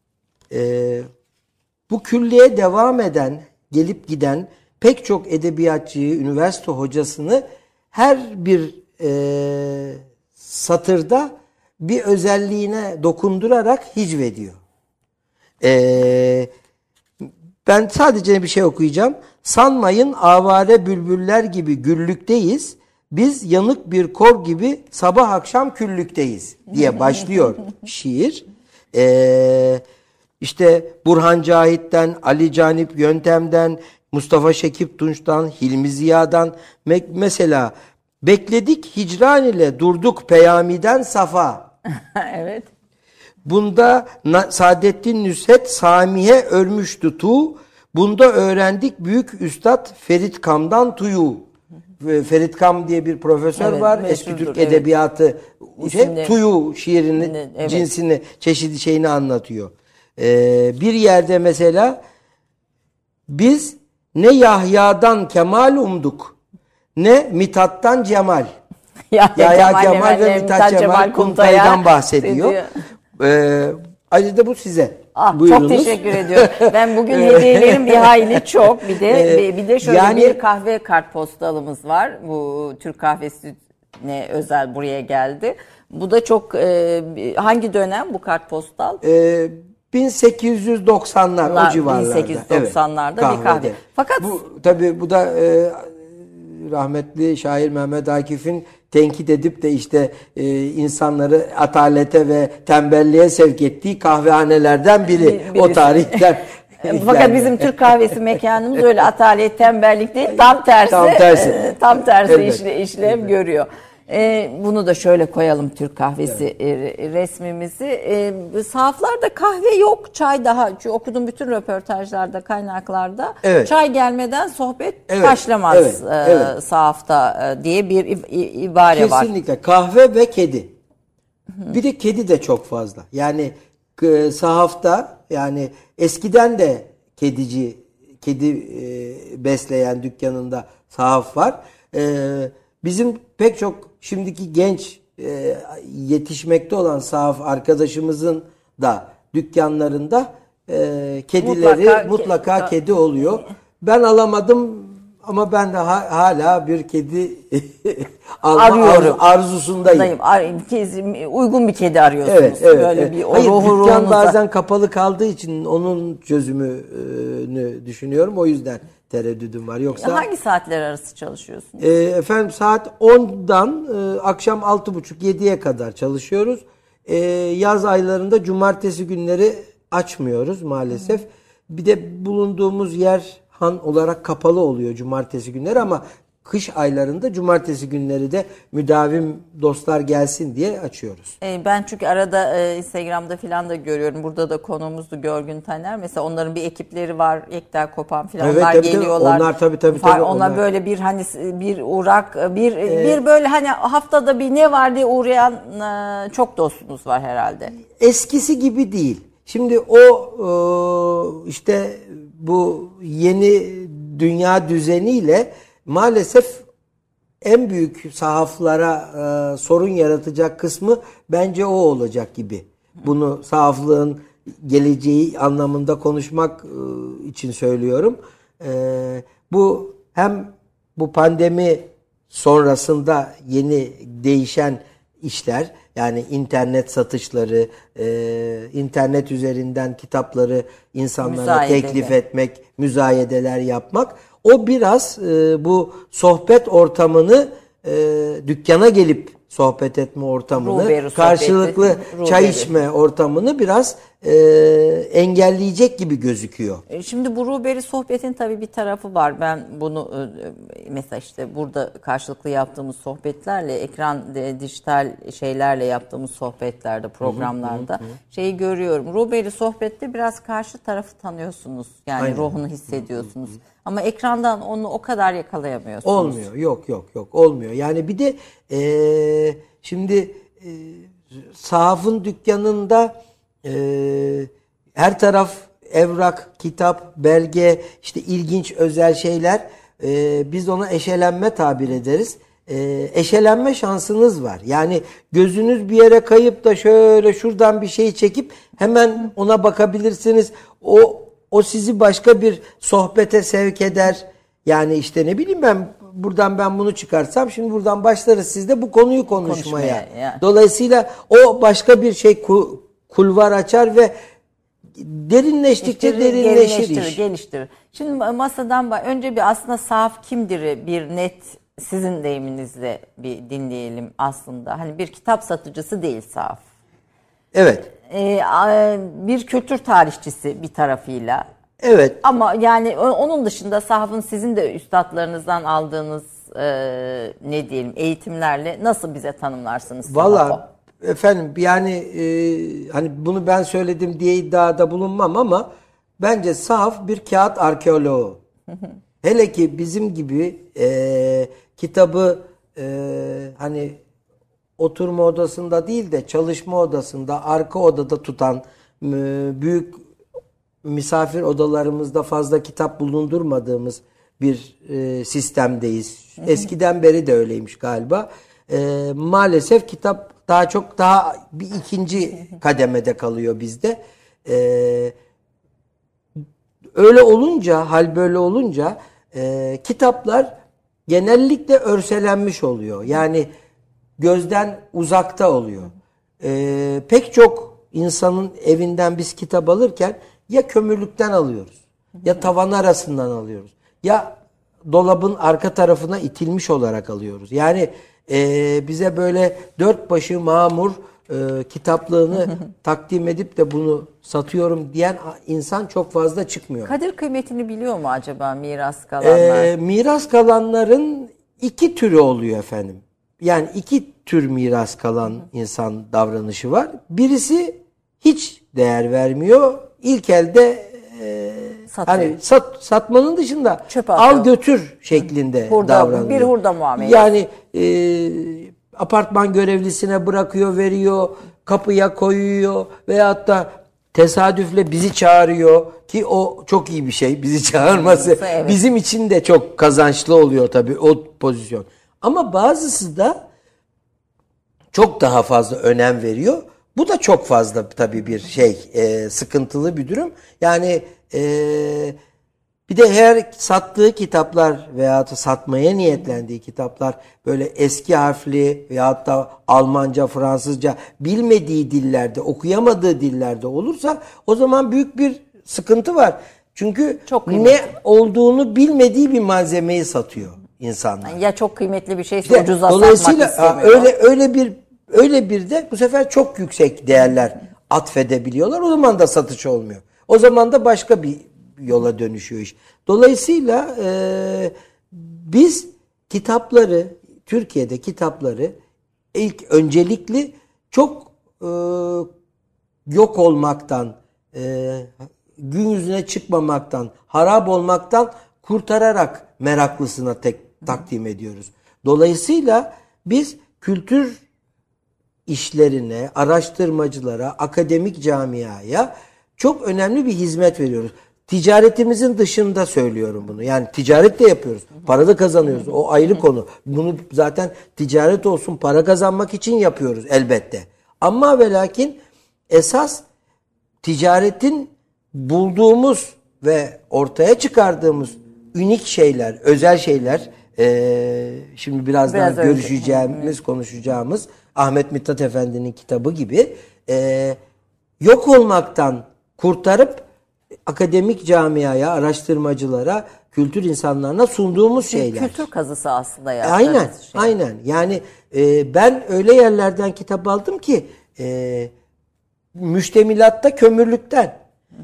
bu küllüğe devam eden, gelip giden pek çok edebiyatçıyı, üniversite hocasını her bir satırda bir özelliğine dokundurarak hicvediyor. Ben sadece bir şey okuyacağım. Sanmayın avare bülbüller gibi güllükteyiz. Biz yanık bir kor gibi sabah akşam küllükteyiz diye başlıyor şiir. İşte Burhan Cahit'ten, Ali Canip Yöntem'den, Mustafa Şekip Tunç'tan, Hilmi Ziya'dan mesela bekledik hicran ile durduk peyamiden safa. Evet. Bunda Saadettin Nusret Samihe ölmüştü tu. Bunda öğrendik büyük üstad Ferit Kam'dan tuyu. Ferit Kam diye bir profesör var. Eski Türk edebiyatı tuyu şiirinin cinsini, çeşidi şeyini anlatıyor. Bir yerde mesela biz ne Yahya'dan kemal umduk ne Mithat'tan cemal. Yahya Kemal ve Mithat Cemal Kuntay'dan bahsediyor. Ayrıca da bu size. Çok teşekkür ediyorum. Ben bugün hediyelerim bir hayli çok. Bir de şöyle bir kahve kartpostalımız var. Bu Türk kahvesine özel buraya geldi. Bu da çok hangi dönem bu kartpostal? 1890'lar o civarlarda. 1890'larda bir kahve. Fakat bu da rahmetli şair Mehmet Akif'in tenkit edip de işte insanları atalete ve tembelliğe sevk ettiği kahvehanelerden biri. O tarihten. Fakat bizim Türk kahvesi mekanımız öyle atalet, tembellik değil, tam tersi evet. işlev görüyor. Bunu da şöyle koyalım, Türk kahvesi resmimizi. Sahaflarda kahve yok, çay daha. Çünkü okudum bütün röportajlarda, kaynaklarda. Evet. Çay gelmeden sohbet başlamaz sahafta diye bir ibare var. Kesinlikle kahve ve kedi. Bir de kedi de çok fazla. Yani sahafta, yani eskiden de kedi besleyen dükkanında sahaf var. Bizim pek çok şimdiki genç yetişmekte olan sahaf arkadaşımızın da dükkanlarında kedileri mutlaka kedi oluyor. Ben alamadım ama ben de hala bir kedi arıyorum. Arzusundayım. Uygun bir kedi arıyorsunuz. Evet. Böyle bir dükkan bazen kapalı kaldığı için onun çözümünü düşünüyorum. O yüzden tereddüdüm var. Yoksa hangi saatler arası çalışıyorsunuz? Efendim saat 10'dan akşam 6.30-7'ye kadar çalışıyoruz. Yaz aylarında cumartesi günleri açmıyoruz maalesef. Bir de bulunduğumuz yer han olarak kapalı oluyor cumartesi günleri, ama kış aylarında cumartesi günleri de müdavim dostlar gelsin diye açıyoruz. Ben çünkü arada Instagram'da falan da görüyorum. Burada da konuğumuzdu Görgün Taner. Mesela onların bir ekipleri var. Yekta Kopan falan. Evet, onlar geliyorlar. Onlar tabii. Onlar böyle bir hani bir uğrak, bir böyle hani haftada bir ne var diye uğrayan çok dostunuz var herhalde. Eskisi gibi değil. Şimdi işte bu yeni dünya düzeniyle maalesef en büyük sahaflara sorun yaratacak kısmı bence o olacak gibi. Bunu sahaflığın geleceği anlamında konuşmak için söylüyorum. Bu hem bu pandemi sonrasında yeni değişen işler, yani internet satışları, internet üzerinden kitapları insanlara teklif etmek, müzayedeler yapmak. O biraz bu sohbet ortamını, dükkana gelip sohbet etme ortamını, karşılıklı çay içme ortamını biraz engelleyecek gibi gözüküyor. Şimdi bu ruhberi sohbetin tabii bir tarafı var. Ben bunu mesela işte burada karşılıklı yaptığımız sohbetlerle, ekran dijital şeylerle yaptığımız sohbetlerde, programlarda şeyi görüyorum. Ruhberi sohbette biraz karşı tarafı tanıyorsunuz. Yani aynen, ruhunu hissediyorsunuz. Ama ekrandan onu o kadar yakalayamıyorsunuz. Olmuyor. Yok. Olmuyor. Yani bir de şimdi sahafın dükkanında her taraf evrak, kitap, belge, işte ilginç özel şeyler. Biz ona eşelenme tabir ederiz. Eşelenme şansınız var. Yani gözünüz bir yere kayıp da şöyle şuradan bir şey çekip hemen ona bakabilirsiniz. O sizi başka bir sohbete sevk eder. Yani işte ne bileyim buradan ben bunu çıkarsam şimdi buradan başlarız sizde bu konuyu konuşmaya. Yani. Dolayısıyla o başka bir şey kulvar açar ve derinleştikçe derinleşir. Geliştirir. Şimdi masadan önce bir aslında sahaf kimdir bir net sizin deyiminizle bir dinleyelim aslında. Hani bir kitap satıcısı değil sahaf. Evet. Bir kültür tarihçisi bir tarafıyla. Evet. Ama yani onun dışında sahafın sizin de üstadlarınızdan aldığınız ne diyelim eğitimlerle nasıl bize tanımlarsınız? Vallahi efendim yani hani bunu ben söyledim diye iddiada bulunmam ama bence sahaf bir kağıt arkeoloğu. Hele ki bizim gibi kitabı hani oturma odasında değil de çalışma odasında, arka odada tutan, büyük misafir odalarımızda fazla kitap bulundurmadığımız bir sistemdeyiz. Eskiden beri de öyleymiş galiba. Maalesef kitap daha bir ikinci kademede kalıyor bizde. Öyle olunca, hal böyle olunca kitaplar genellikle örselenmiş oluyor. Yani gözden uzakta oluyor. Pek çok insanın evinden biz kitap alırken ya kömürlükten alıyoruz, ya tavan arasından alıyoruz, ya dolabın arka tarafına itilmiş olarak alıyoruz. Yani bize böyle dört başı mamur kitaplığını takdim edip de bunu satıyorum diyen insan çok fazla çıkmıyor. Kadir kıymetini biliyor mu acaba miras kalanlar? Miras kalanların iki türü oluyor efendim. yani iki tür miras kalan insan davranışı var. Birisi hiç değer vermiyor. İlk elde hani satmanın dışında al götür şeklinde davranıyor. Bir hurda muamelesi. Yani apartman görevlisine bırakıyor, veriyor, kapıya koyuyor veyahut da tesadüfle bizi çağırıyor ki o çok iyi bir şey, bizi çağırması. Evet. Bizim için de çok kazançlı oluyor tabii o pozisyon. Ama bazısı da çok daha fazla önem veriyor. Bu da çok fazla tabii bir sıkıntılı bir durum. Yani bir de her sattığı kitaplar veyahut da satmaya niyetlendiği kitaplar böyle eski harfli veyahut da Almanca, Fransızca bilmediği dillerde, okuyamadığı dillerde olursa o zaman büyük bir sıkıntı var. Çünkü ne olduğunu bilmediği bir malzemeyi satıyor insanlar. Ya çok kıymetli bir şeyse ucuza satmak istemiyor. Dolayısıyla öyle bir de bu sefer çok yüksek değerler atfedebiliyorlar. O zaman da satış olmuyor. O zaman da başka bir yola dönüşüyor iş. Dolayısıyla biz kitapları, Türkiye'de kitapları öncelikli çok yok olmaktan, gün yüzüne çıkmamaktan, harap olmaktan kurtararak meraklısına takdim ediyoruz. Dolayısıyla biz kültür işlerine, araştırmacılara, akademik camiaya çok önemli bir hizmet veriyoruz. Ticaretimizin dışında söylüyorum bunu. Yani ticaret de yapıyoruz. Para da kazanıyoruz. O ayrı konu. Bunu zaten ticaret olsun, para kazanmak için yapıyoruz elbette. Ama ve lakin esas ticaretin bulduğumuz ve ortaya çıkardığımız unik şeyler, özel şeyler, şimdi birazdan görüşeceğimiz, konuşacağımız Ahmet Mithat Efendi'nin kitabı gibi yok olmaktan kurtarıp akademik camiaya, araştırmacılara, kültür insanlarına sunduğumuz şeyler. Kültür kazısı aslında ya. Aynen. Yani ben öyle yerlerden kitap aldım ki müştemilatta kömürlükten,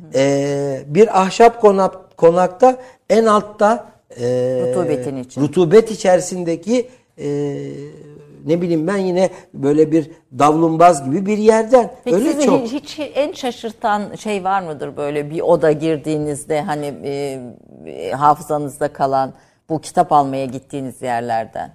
bir ahşap konakta en altta rutubet içerisindeki ne bileyim ben yine böyle bir davlumbaz gibi bir yerden. Peki öyle sizi çok. hiç en şaşırtan şey var mıdır böyle bir oda girdiğinizde hani hafızanızda kalan bu kitap almaya gittiğiniz yerlerden?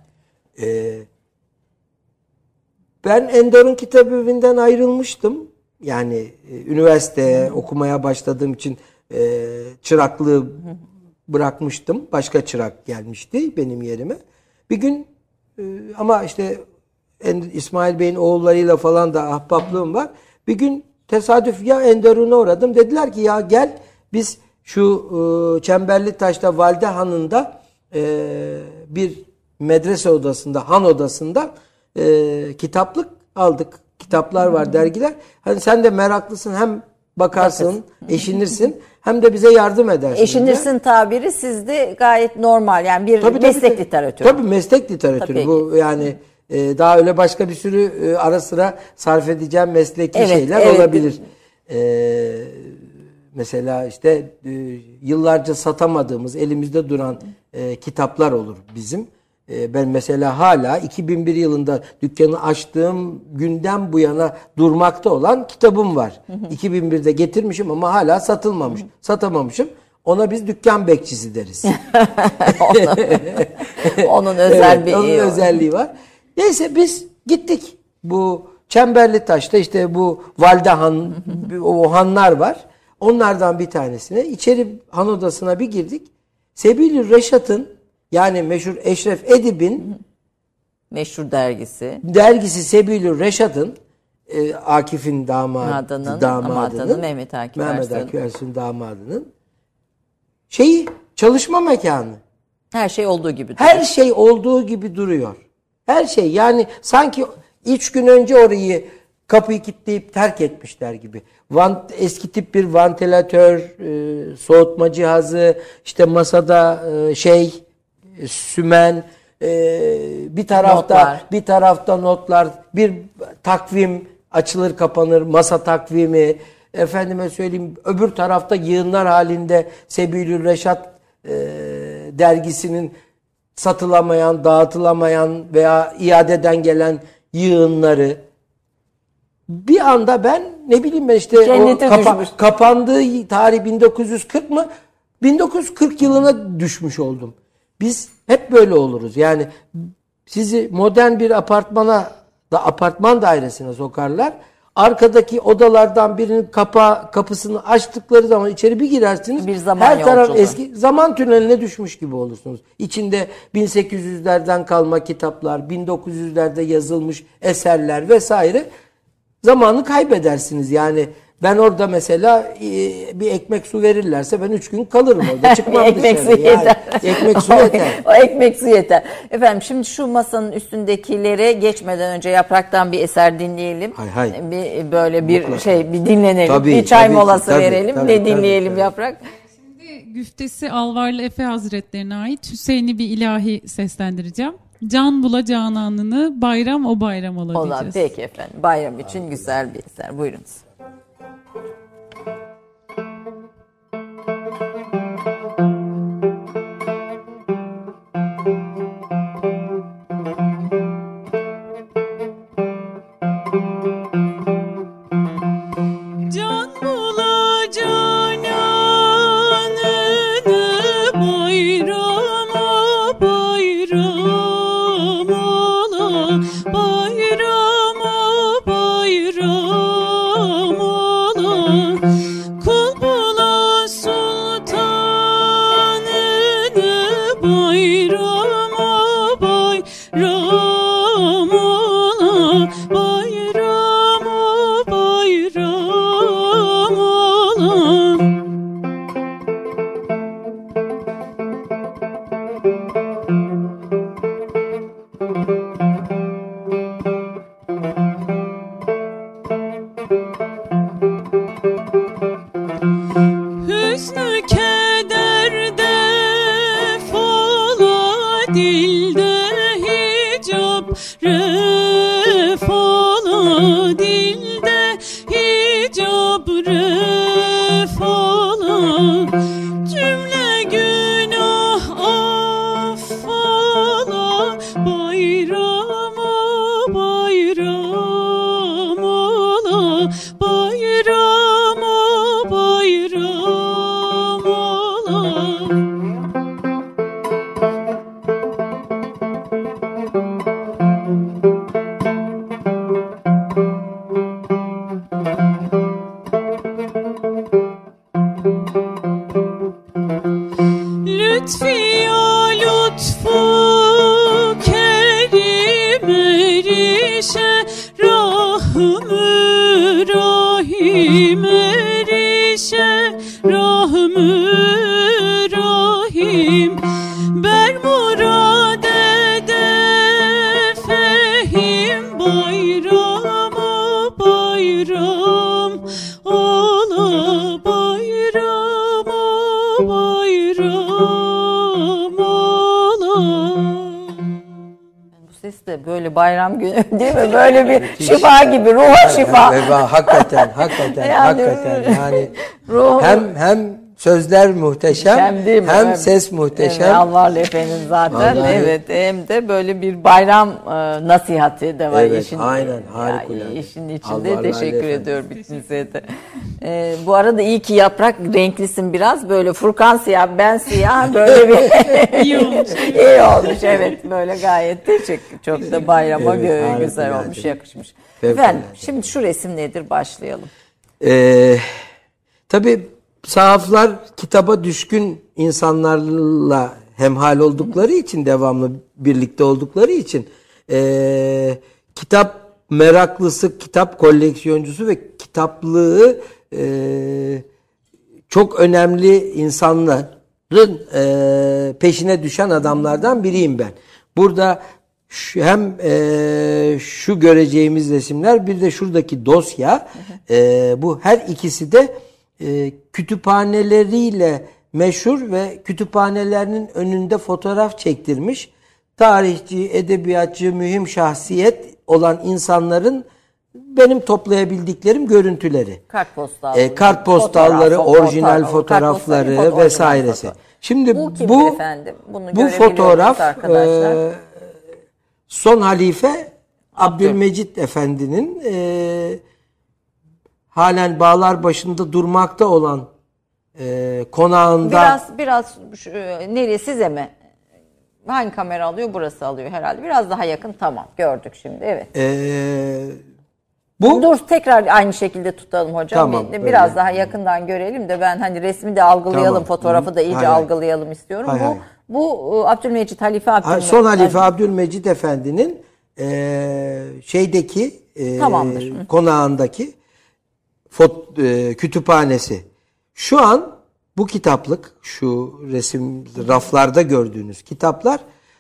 Ben Enderun Kitabevi'nden ayrılmıştım. Yani üniversite okumaya başladığım için çıraklığı bırakmıştım. Başka çırak gelmişti benim yerime. Bir gün ama işte İsmail Bey'in oğullarıyla falan da ahbaplığım var. Bir gün tesadüf ya Enderun'a uğradım. Dediler ki ya gel biz şu Çemberlitaş'ta Valide Hanı'nda bir medrese odasında, han odasında kitaplık aldık. Kitaplar var, dergiler. Hani sen de meraklısın, hem bakarsın, eşinirsin, hem de bize yardım edersin. Eşinirsin tabiri sizde gayet normal. Yani bir meslek literatürü. Tabii meslek literatürü. Bu yani daha öyle başka bir sürü ara sıra sarf edeceğim mesleki şeyler olabilir. Mesela işte yıllarca satamadığımız, elimizde duran kitaplar olur bizim. Ben mesela hala 2001 yılında dükkanı açtığım günden bu yana durmakta olan kitabım var. 2001'de getirmişim ama hala satılmamış. Satamamışım. Ona biz dükkan bekçisi deriz. Onun özelliği var. Neyse biz gittik. Bu Çemberlitaş'ta işte bu Valide Han, o hanlar var. Onlardan bir tanesine. İçeri han odasına bir girdik. Sebil-i Reşat'ın, yani meşhur Eşref Edip'in meşhur dergisi Sebil-i Reşat'ın Akif'in damadının Mehmet Akif Ersoy'un damadının çalışma mekanı. Her şey olduğu gibi duruyor. Her şey olduğu gibi duruyor. Her şey, yani sanki 3 gün önce orayı kapıyı kilitleyip terk etmişler gibi. Eski tip bir vantilatör, soğutma cihazı, işte masada sümen, bir tarafta notlar, bir takvim açılır kapanır, masa takvimi, efendime söyleyeyim öbür tarafta yığınlar halinde Sebil-i Reşat dergisinin satılamayan, dağıtılamayan veya iadeden gelen yığınları bir anda ben ne bileyim ben işte kapandığı tarih 1940 mı? 1940 yılına düşmüş oldum. Biz hep böyle oluruz. Yani sizi modern bir apartman dairesine sokarlar. Arkadaki odalardan birinin kapısını açtıkları zaman içeri bir girersiniz. Bir zaman her taraf yolculuğu. eski zaman tüneline düşmüş gibi olursunuz. İçinde 1800'lerden kalma kitaplar, 1900'lerde yazılmış eserler vesaire. Zamanı kaybedersiniz. Yani ben orada mesela bir ekmek su verirlerse ben 3 gün kalırım orada. Çıkmam ekmek dışarı. Su yeter. Ekmek su yeter. O ekmek su yeter. Efendim şimdi şu masanın üstündekilere geçmeden önce Yaprak'tan bir eser dinleyelim. Hay. Böyle bir mutlaka. bir dinlenelim. Tabii, bir çay tabii molası ki, verelim. tabii, dinleyelim tabii. Yaprak? Şimdi güftesi Alvarlı Efe Hazretlerine ait Hüseyin'i bir ilahi seslendireceğim. Can bula cananını bayram o bayram ola diyeceğiz. Peki efendim. Bayram için güzel bir eser. Buyurunuz. Can bula cananını bayrama bayram ola, bayrama bayram ola. Kul bula sultanını bayrama bayram ola, bayrama bayram ola. Hüznü keder defola, dilde hicap refola, dilde hicap refola. Cümle günah affola, bayrama bayram ola, bayrama bayram ola. Lütfiya lütfu kerim erişe, rahmü rahim erişe, rahmü rahim. Ber murad ede fehim, bayrama bayram ola, bayrama bayram ola. Bu ses de böyle bayram günü değil mi? Böyle bir şifa gibi, ruha şifa. Hakikaten Yani- yani Ruhu- hem sözler muhteşem, değil mi? hem Evet. ses muhteşem. Evet, Alvarlı Efe'nin zaten. Vallahi. Evet, hem de böyle bir bayram nasihati de var. Evet, işin, aynen, harikulade. İşin içinde Alvarlı teşekkür Efendi. ediyorum ikinize de. Bu arada iyi ki Yaprak renklisin biraz. Böyle Furkan siyah, ben siyah. Böyle bir İyi olmuş. İyi olmuş, evet. Böyle gayet teşekkür. Çok da bayrama Evet, güzel harikulade. olmuş, yakışmış. Fevkalade. Efendim, şimdi şu resim nedir? Başlayalım. Tabii sahaflar kitaba düşkün insanlarla hemhal oldukları için, devamlı birlikte oldukları için kitap meraklısı, kitap koleksiyoncusu ve kitaplığı çok önemli insanların peşine düşen adamlardan biriyim ben. Burada hem şu göreceğimiz resimler, bir de şuradaki dosya, bu her ikisi de kütüphaneleriyle meşhur ve kütüphanelerinin önünde fotoğraf çektirmiş tarihçi, edebiyatçı, mühim şahsiyet olan insanların benim toplayabildiklerim görüntüleri. Kartpostalları. Kartpostalları, orijinal fotoğrafları vesairesi. Şimdi bu efendim? Bu fotoğraf son halife Abdülmecit Efendi'nin halen bağlar başında durmakta olan konağında. Biraz nereye, size mi? Hangi kamera alıyor? Burası alıyor herhalde. Biraz daha yakın, tamam, gördük şimdi, evet. Dur tekrar aynı şekilde tutalım hocam. Tamam, biraz daha yakından görelim de ben hani resmi de algılayalım, tamam. Fotoğrafı da iyice algılayalım istiyorum. Bu Abdülmecit Halife Abdülmecit. Son Halife Abdülmecit Efendi'nin konağındaki kütüphanesi. Şu an bu kitaplık, şu resim raflarda gördüğünüz kitaplar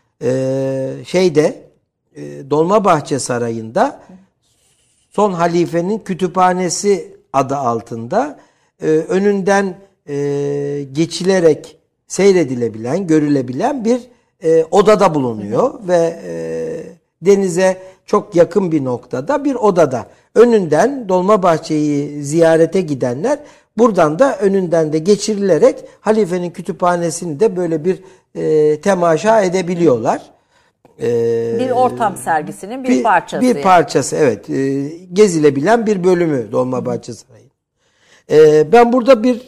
Dolmabahçe Sarayı'nda Son Halife'nin kütüphanesi adı altında önünden geçilerek seyredilebilen, görülebilen bir odada bulunuyor ve denize çok yakın bir noktada bir odada. Önünden Dolmabahçe'yi ziyarete gidenler buradan da önünden de geçirilerek halifenin kütüphanesini de böyle bir temaşa edebiliyorlar. Bir ortam sergisinin bir parçası. Bir parçası, evet. Gezilebilen bir bölümü Dolmabahçe Sarayı. Ben burada bir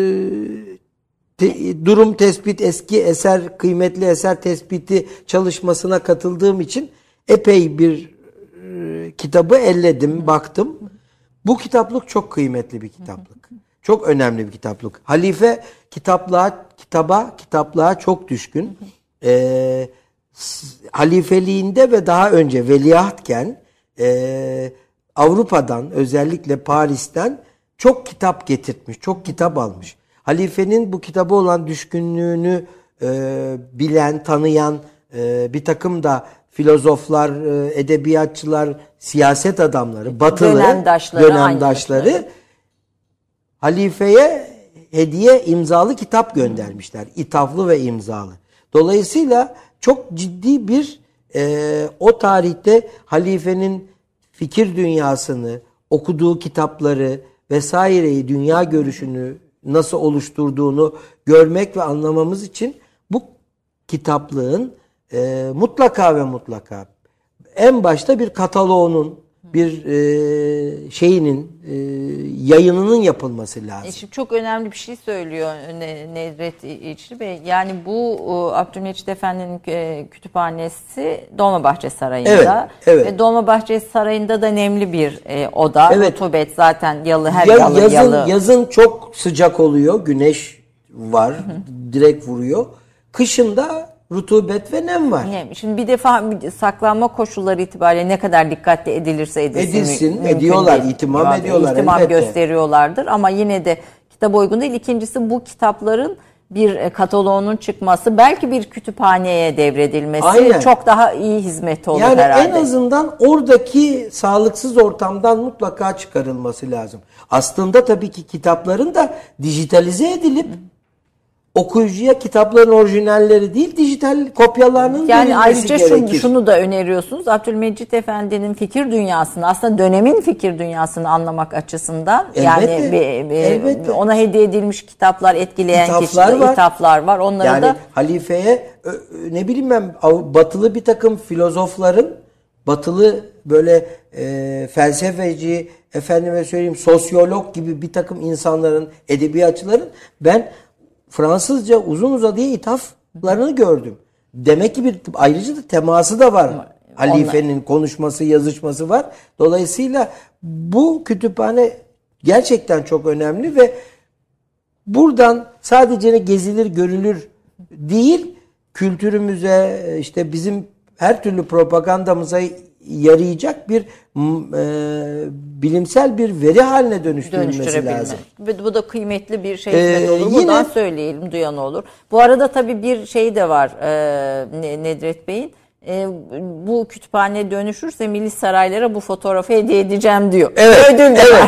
durum tespit, eski eser, kıymetli eser tespiti çalışmasına katıldığım için epey bir kitabı elledim, baktım. Bu kitaplık çok kıymetli bir kitaplık. Çok önemli bir kitaplık. Halife kitaplığa çok düşkün. Halifeliğinde ve daha önce veliahtken Avrupa'dan, özellikle Paris'ten çok kitap getirtmiş, çok kitap almış. Halifenin bu kitaba olan düşkünlüğünü bilen, tanıyan bir takım da filozoflar, edebiyatçılar, siyaset adamları, batılı dönemdaşları halifeye hediye imzalı kitap göndermişler. İthaflı ve imzalı. Dolayısıyla çok ciddi bir o tarihte halifenin fikir dünyasını, okuduğu kitapları vesaireyi, dünya görüşünü nasıl oluşturduğunu görmek ve anlamamız için bu kitaplığın mutlaka ve mutlaka en başta bir kataloğunun, bir yayınının yapılması lazım. Şimdi çok önemli bir şey söylüyor Nedret İçli Bey. Yani bu Abdülmecit Efendi'nin kütüphanesi Dolmabahçe Sarayı'nda. Evet. Ve Dolmabahçe Sarayı'nda da nemli bir oda. Evet. Rutubet zaten yalı. Yazın çok sıcak oluyor. Güneş var. Direkt vuruyor. Kışında rutubet ve nem var. Şimdi bir defa saklanma koşulları itibariyle ne kadar dikkatli edilirse edilsin ediyorlar, itimam ediyorlar. İhtimam gösteriyorlardır ama yine de kitaba uygun değil. İkincisi, bu kitapların bir kataloğunun çıkması, belki bir kütüphaneye devredilmesi çok daha iyi hizmet olur herhalde. Yani en azından oradaki sağlıksız ortamdan mutlaka çıkarılması lazım. Aslında tabii ki kitapların da dijitalize edilip okuyucuya kitapların orijinalleri değil, dijital kopyalarının verilmesi gerekir. Yani ayrıca şunu da öneriyorsunuz. Abdülmecit Efendi'nin fikir dünyasını, aslında dönemin fikir dünyasını anlamak açısından, elbette. Ona hediye edilmiş kitaplar, etkileyen ithaflar var. Onları yani da halifeye batılı bir takım filozofların, batılı böyle felsefeci, sosyolog gibi bir takım insanların, edebiyatçıların ben Fransızca uzun uzadıya ithaflarını gördüm. Demek ki ayrıca da teması da var. Halifenin konuşması, yazışması var. Dolayısıyla bu kütüphane gerçekten çok önemli ve buradan sadece gezilir, görülür değil, kültürümüze, bizim her türlü propagandamıza yarayacak bir bilimsel bir veri haline dönüştürülmesi lazım. Ve bu da kıymetli bir olur. Buradan söyleyelim, duyan olur. Bu arada tabii bir şey de var Nedret Bey'in. Bu kütüphane dönüşürse milli saraylara bu fotoğrafı hediye edeceğim diyor. Evet.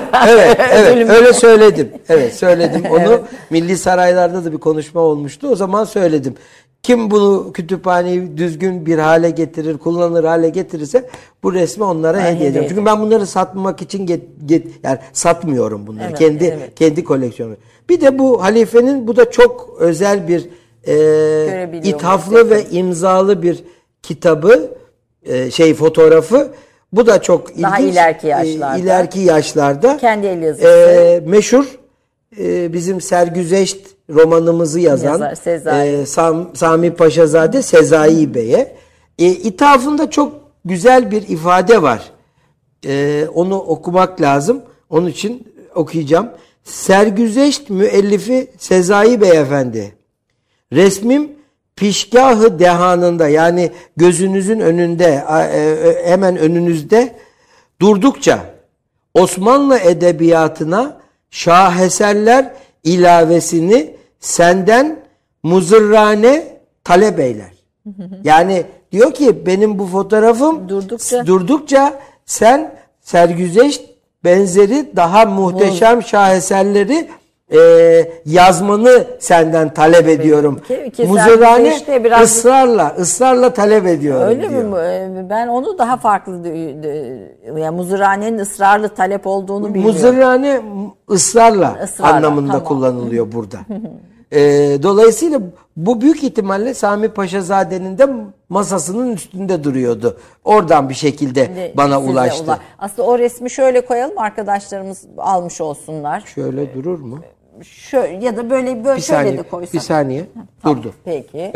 Öyle söyledim. Evet, söyledim onu. Milli saraylarda da bir konuşma olmuştu. O zaman söyledim. Kim bunu kütüphaneyi düzgün bir hale getirir, kullanılır hale getirirse bu resmi onlara hediye edeceğim. Çünkü ben bunları satmak için yani satmıyorum bunları. Kendi koleksiyonum. Bir de bu halifenin, bu da çok özel bir ithaflı ve imzalı bir kitabı, fotoğrafı. Bu da çok ilginç. Daha ileriki yaşlarda. Kendi el yazısı. Meşhur bizim Sergüzeşt romanımızı yazan Sami Paşazade Sezai Bey'e. İthafında çok güzel bir ifade var. Onu okumak lazım. Onun için okuyacağım. Sergüzeşt müellifi Sezai Beyefendi. Resmim pişgahı dehanında, yani gözünüzün önünde, hemen önünüzde durdukça Osmanlı edebiyatına şaheserler ilavesini senden muzırrane talep eyler. Yani diyor ki benim bu fotoğrafım durdukça sen Sergüzeşt benzeri daha muhteşem şaheserleri yazmanı senden talep ediyorum. Muzırrane ısrarla talep ediyorum. Öyle diyor. mi? Ben onu daha farklı, yani muzırhanenin ısrarlı talep olduğunu biliyorum. Muzırhane ısrarla anlamında kullanılıyor burada. Dolayısıyla bu büyük ihtimalle Sami Paşazade'nin de masasının üstünde duruyordu. Oradan bir şekilde bana ulaştı. Aslında o resmi şöyle koyalım, arkadaşlarımız almış olsunlar. Şöyle durur mu? Şöyle ya da böyle şöyle de koysak. Bir saniye. Durdu. Peki.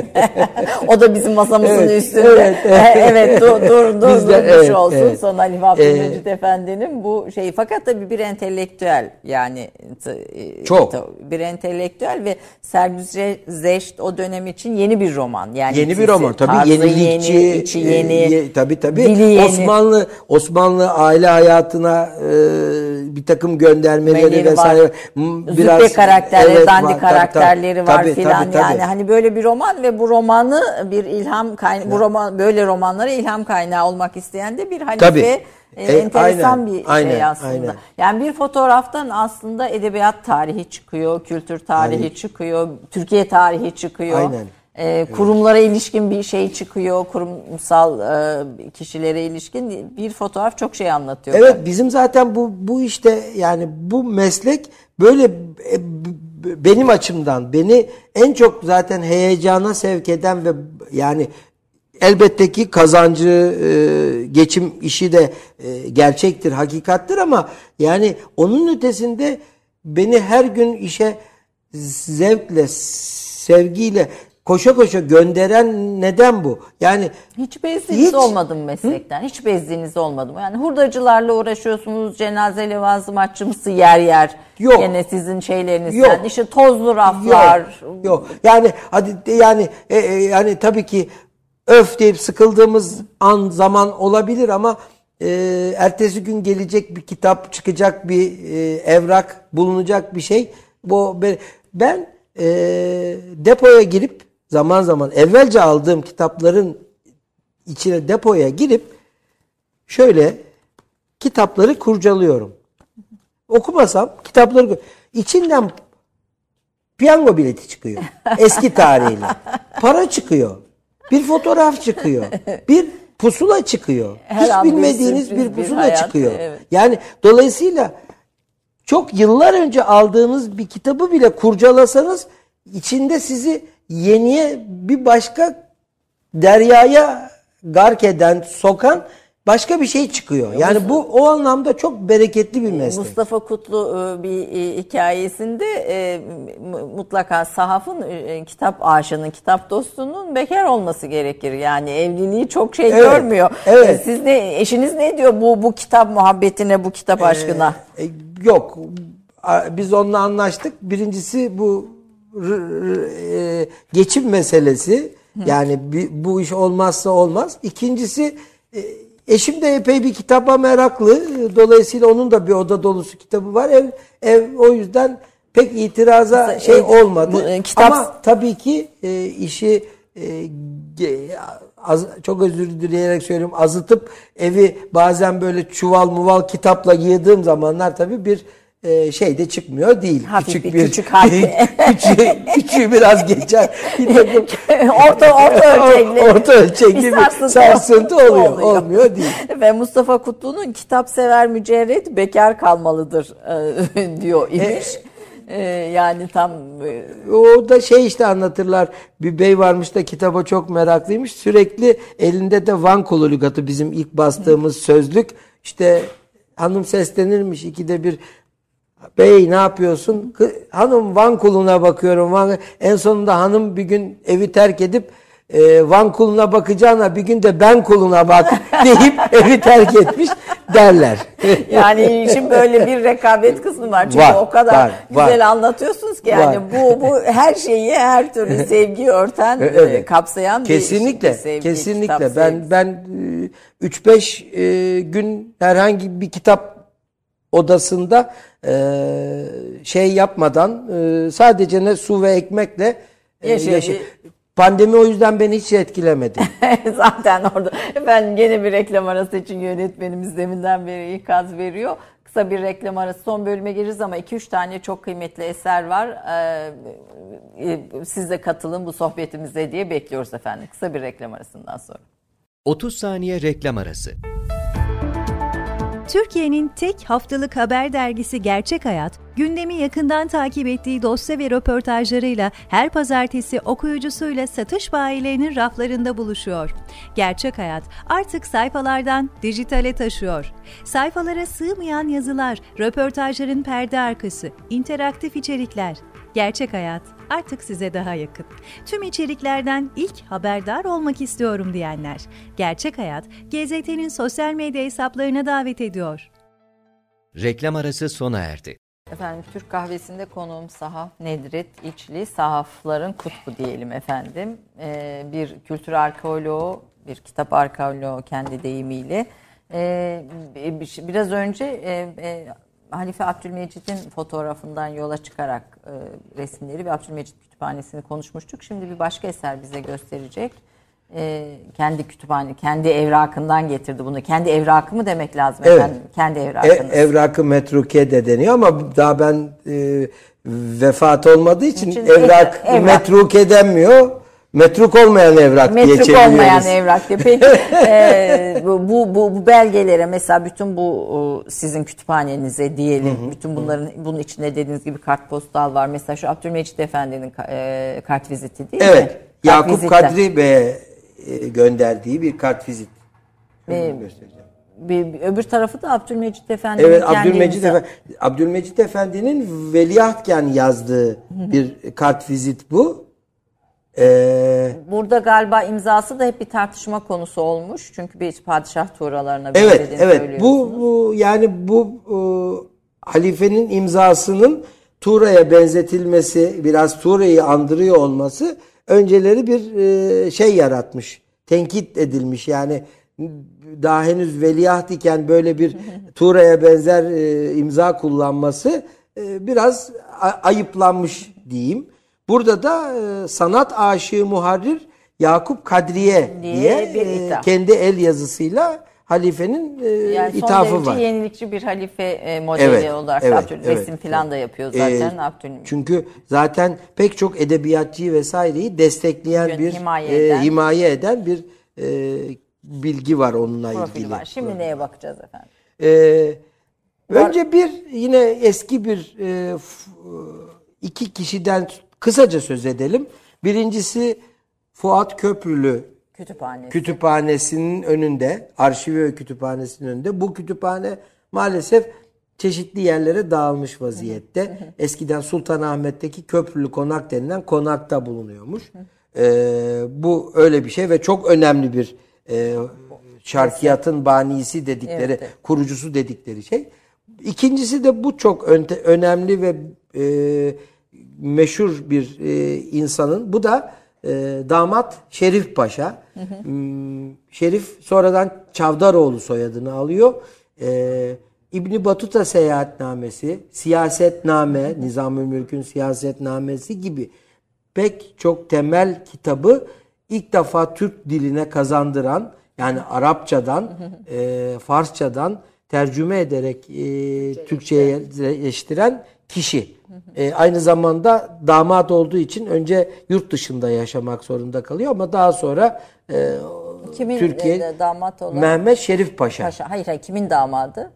O da bizim masamızın üstünde. Evet, durmuş olsun. Evet. Son Halif Abdülmecid Efendi'nin bu şeyi. Fakat tabii bir entelektüel, yani çok. Bir entelektüel ve Sergüzeşt o dönem için yeni bir roman. Yani yeni bir roman. Tabii yenilikçi. İçi yeni. Tabii. Osmanlı aile hayatına bir takım göndermeleri vesaire. Biraz züppe karakterleri, dandik karakterleri var filan. Yani hani böyle bir roman ve bu romanı bir ilham kaynağı, bu roman, böyle romanlara ilham kaynağı olmak isteyen de bir halife. Enteresan bir şey aslında. Aynen. Yani bir fotoğraftan aslında edebiyat tarihi çıkıyor, kültür tarihi çıkıyor, Türkiye tarihi çıkıyor. Aynen. Kurumlara ilişkin bir şey çıkıyor, kurumsal kişilere ilişkin bir fotoğraf çok şey anlatıyor. Evet, bizim zaten bu işte, yani bu meslek böyle benim açımdan beni en çok zaten heyecana sevk eden ve yani elbette ki kazancı, geçim işi de gerçektir, hakikattir ama yani onun ötesinde beni her gün işe zevkle, sevgiyle koşa koşa gönderen neden bu? Yani hiç bezdiğiniz olmadı mı meslekten? Hiç bezdiğiniz olmadı mı? Yani hurdacılarla uğraşıyorsunuz, cenaze levazımatçısı yer. Yok. Gene sizin şeylerinizden. Yok. İşte tozlu raflar. Yok. Yani yani tabii ki öf deyip sıkıldığımız zaman olabilir ama ertesi gün gelecek bir kitap, çıkacak bir evrak, bulunacak bir şey. Ben depoya girip zaman zaman evvelce aldığım kitapların içine, depoya girip şöyle kitapları kurcalıyorum. Okumasam kitapları, içinden piyango bileti çıkıyor. Eski tarihiyle. Para çıkıyor. Bir fotoğraf çıkıyor. Bir pusula çıkıyor. Hiç bilmediğiniz bir pusula çıkıyor. Evet. Yani dolayısıyla çok yıllar önce aldığınız bir kitabı bile kurcalasanız içinde sizi yeniye, bir başka deryaya gark eden, sokan başka bir şey çıkıyor. Yani bu o anlamda çok bereketli bir meslek. Mustafa Kutlu bir hikayesinde mutlaka sahafın, kitap aşığının, kitap dostunun bekar olması gerekir. Yani evliliği çok görmüyor. Evet. Eşiniz ne diyor bu kitap muhabbetine, bu kitap aşkına? Yok. Biz onunla anlaştık. Birincisi bu geçim meselesi. Yani bu iş olmazsa olmaz. İkincisi eşim de epey bir kitaba meraklı. Dolayısıyla onun da bir oda dolusu kitabı var. Ev o yüzden pek itiraza olmadı. Ama tabii ki işi çok özür dileyerek söylüyorum, azıtıp evi bazen böyle çuval muval kitapla yığdığım zamanlar tabii bir şeyde çıkmıyor değil. Hafif küçük harfi. Küçüğü biraz geçer. Orta ölçekli bir sarsıntı olmuyor değil. Ve Mustafa Kutlu'nun kitap sever mücerret bekar kalmalıdır diyor imiş. Yani tam o da işte anlatırlar. Bir bey varmış da kitaba çok meraklıymış. Sürekli elinde de Van Kulu lügatı, bizim ilk bastığımız sözlük. İşte hanım seslenirmiş ikide bir. Bey ne yapıyorsun? Hanım Van Kulu'na bakıyorum. En sonunda hanım bir gün evi terk edip Van Kulu'na bakacağına bir gün de ben kuluna bak deyip evi terk etmiş derler. Yani işin böyle bir rekabet kısmı var. Çünkü o kadar güzel anlatıyorsunuz ki yani bu her şeyi, her türlü sevgiyi örten, kapsayan kesinlikle, bir sevgi. Kesinlikle. Ben 3-5 gün herhangi bir kitap odasında yapmadan sadece ne su ve ekmekle pandemi o yüzden beni hiç etkilemedi. Zaten orada. Ben yine bir reklam arası için yönetmenimiz deminden beri ikaz veriyor. Kısa bir reklam arası, son bölüme gireceğiz ama 2-3 tane çok kıymetli eser var. Siz de katılın bu sohbetimize diye bekliyoruz efendim. Kısa bir reklam arasından sonra. 30 saniye reklam arası. Türkiye'nin tek haftalık haber dergisi Gerçek Hayat, gündemi yakından takip ettiği dosya ve röportajlarıyla her pazartesi okuyucusuyla satış bayilerinin raflarında buluşuyor. Gerçek Hayat artık sayfalardan dijitale taşıyor. Sayfalara sığmayan yazılar, röportajların perde arkası, interaktif içerikler. Gerçek Hayat artık size daha yakın. Tüm içeriklerden ilk haberdar olmak istiyorum diyenler. Gerçek Hayat, GZT'nin sosyal medya hesaplarına davet ediyor. Reklam arası sona erdi. Efendim Türk Kahvesi'nde konuğum Sahaf Nedret İçli, sahafların kutbu diyelim efendim. Bir kültür arkeoloğu, bir kitap arkeoloğu kendi deyimiyle. Biraz önce Halife Abdülmecit'in fotoğrafından yola çıkarak resimleri ve Abdülmecit Kütüphanesi'ni konuşmuştuk. Şimdi bir başka eser bize gösterecek. Kendi kütüphane, kendi evrakından getirdi bunu. Kendi evrakı mı demek lazım efendim? Kendi evrakınız. Evrakı metruke de deniyor ama daha ben vefat olmadığı için evrak metruke denmiyor. Metruk olmayan evrak diye çeviriyoruz. Metruk olmayan evrak diye. Peki bu belgelere mesela bütün bu sizin kütüphanenize diyelim. Bütün bunun içinde dediğiniz gibi kartpostal var. Mesela şu Abdülmecit Efendi'nin kartviziti değil mi? Evet. Yakup Kadri Bey'e gönderdiği bir kartvizit. Öbür tarafı da Abdülmecit Efendi'nin evet, Abdülmecit Efendi'nin veliahtken yazdığı bir kartvizit bu. Burada galiba imzası da hep bir tartışma konusu olmuş. Çünkü bir padişah tuğralarına benzediğini söylüyorsunuz. Bu halifenin imzasının tuğraya benzetilmesi, biraz tuğrayı andırıyor olması önceleri bir yaratmış. Tenkit edilmiş. Yani daha henüz veliaht iken böyle bir tuğraya benzer imza kullanması biraz ayıplanmış diyeyim. Burada da sanat aşığı muharrir Yakup Kadriye diye kendi el yazısıyla halifenin ithafı var. Son derece yenilikçi bir halife modeli olarak resim falan da yapıyor zaten Abdülmecit. Çünkü zaten pek çok edebiyatçıyı vesaireyi destekleyen himaye eden bir bilgi var onunla ilgili. Var. Şimdi neye bakacağız efendim? Önce yine eski bir iki kişiden kısaca söz edelim. Birincisi Fuat Köprülü Kütüphanesi'nin önünde, Arşivi ve Kütüphanesi'nin önünde. Bu kütüphane maalesef çeşitli yerlere dağılmış vaziyette. Eskiden Sultanahmet'teki Köprülü Konak denilen konakta bulunuyormuş. Bu öyle bir şey ve çok önemli bir şarkiyatın banisi dedikleri, kurucusu dedikleri şey. İkincisi de bu çok önemli ve meşhur bir insanın. Bu da damat Şerif Paşa. Şerif sonradan Çavdaroğlu soyadını alıyor. İbn Batuta Seyahatnamesi, Siyasetname, Nizamül Mülk'ün Siyasetnamesi gibi pek çok temel kitabı ilk defa Türk diline kazandıran, yani Arapçadan, Farsçadan tercüme ederek Türkçe'ye yerleştiren kişi. Aynı zamanda damat olduğu için önce yurt dışında yaşamak zorunda kalıyor ama daha sonra kimin Türkiye damat olan? Mehmet Şerif Paşa. Hayır, kimin damadı?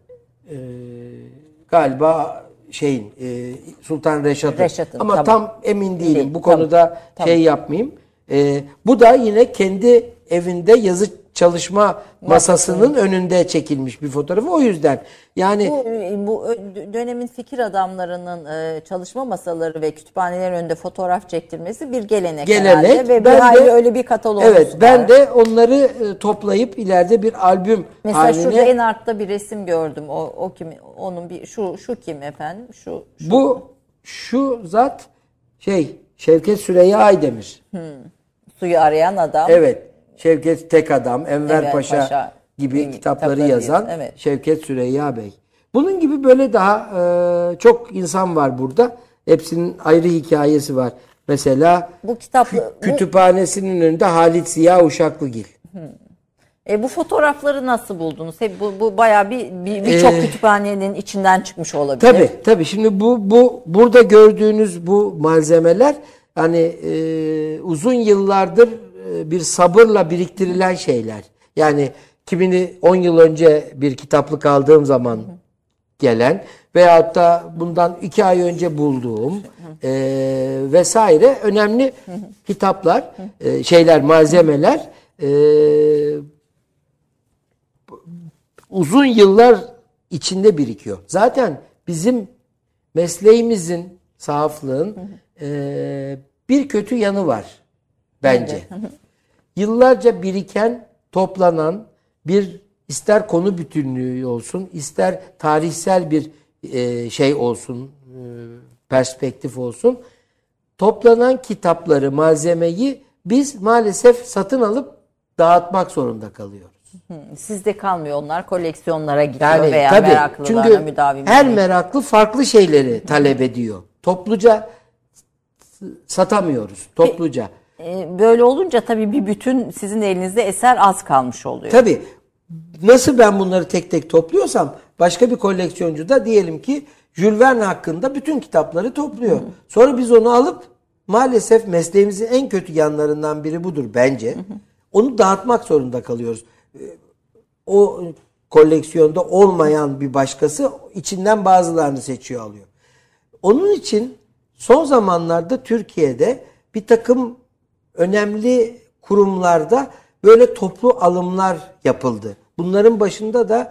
Galiba Sultan Reşat'ın. Ama tamam. tam emin değilim. Bu konuda şey yapmayayım. Bu da yine kendi evinde yazı çalışma masasının önünde çekilmiş bir fotoğrafı. O yüzden yani bu dönemin fikir adamlarının çalışma masaları ve kütüphanelerin önünde fotoğraf çektirmesi bir gelenek herhalde. Ve öyle bir katalog. Evet, ben de onları toplayıp ileride bir albüm mesela haline. şurada en altta bir resim gördüm. O kim? Onun bir şu kim efendim? Şu zat Şevket Süreyya Aydemir. Suyu arayan adam. Evet. Şevket Tek Adam, Enver Paşa gibi kitapları yazan Şevket Süreyya Bey. Bunun gibi böyle daha çok insan var burada. Hepsinin ayrı hikayesi var. Mesela bu kitap kütüphanesinin önünde Halit Ziya Uşaklıgil. Bu fotoğrafları nasıl buldunuz? Hep bu bayağı birçok kütüphanenin içinden çıkmış olabilir. Tabii. Şimdi bu burada gördüğünüz bu malzemeler hani uzun yıllardır bir sabırla biriktirilen şeyler. Yani kimini 10 yıl önce bir kitaplık aldığım zaman gelen veyahut da bundan 2 ay önce bulduğum vesaire önemli kitaplar, malzemeler uzun yıllar içinde birikiyor. Zaten bizim mesleğimizin, sahaflığın bir kötü yanı var bence. Yıllarca biriken, toplanan bir ister konu bütünlüğü olsun, ister tarihsel bir olsun, perspektif olsun. Toplanan kitapları, malzemeyi biz maalesef satın alıp dağıtmak zorunda kalıyoruz. Sizde kalmıyor, onlar koleksiyonlara gidiyor veya meraklılarına müdavim. Çünkü her meraklı farklı şeyleri talep ediyor. Topluca satamıyoruz. Topluca. Böyle olunca tabii bir bütün sizin elinizde eser az kalmış oluyor. Tabii. Nasıl ben bunları tek tek topluyorsam başka bir koleksiyoncu da diyelim ki Jules Verne hakkında bütün kitapları topluyor. Sonra biz onu alıp maalesef mesleğimizin en kötü yanlarından biri budur bence. Onu dağıtmak zorunda kalıyoruz. O koleksiyonda olmayan bir başkası içinden bazılarını seçiyor alıyor. Onun için son zamanlarda Türkiye'de bir takım önemli kurumlarda böyle toplu alımlar yapıldı. Bunların başında da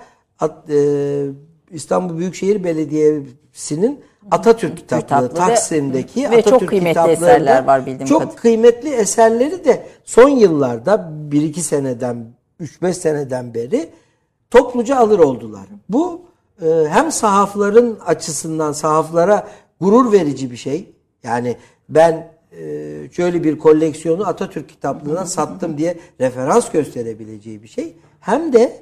İstanbul Büyükşehir Belediyesi'nin Atatürk kitapları, Taksim'deki ve Atatürk çok kıymetli eserler var bildiğim kadarıyla. Çok kıymetli eserleri de son yıllarda 1-2 seneden 3-5 seneden beri topluca alır oldular. Bu hem sahafların açısından sahaflara gurur verici bir şey. Yani ben şöyle bir koleksiyonu Atatürk kitaplığına sattım diye referans gösterebileceği bir şey. Hem de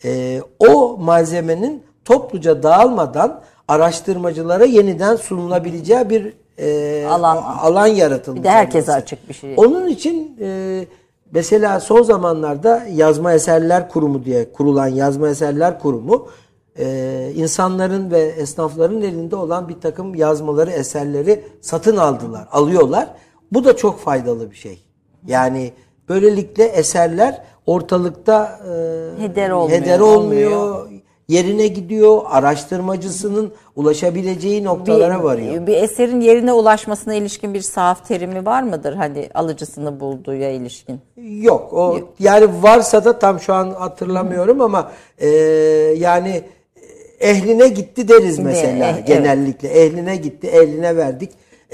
o malzemenin topluca dağılmadan araştırmacılara yeniden sunulabileceği bir alan yaratılmış. Bir de herkese açık bir şey. Onun için mesela son zamanlarda Yazma Eserler Kurumu diye kurulan Yazma Eserler Kurumu insanların ve esnafların elinde olan bir takım yazmaları, eserleri satın alıyorlar. Bu da çok faydalı bir şey. Yani böylelikle eserler ortalıkta heder olmuyor. Yerine gidiyor, araştırmacısının ulaşabileceği noktalara varıyor. Bir eserin yerine ulaşmasına ilişkin bir sahaf terimi var mıdır? Hani alıcısını bulduğuya ilişkin. Yok. Yani varsa da tam şu an hatırlamıyorum ama yani ehline gitti deriz mesela genellikle. Evet. Ehline gitti, ehline verdik.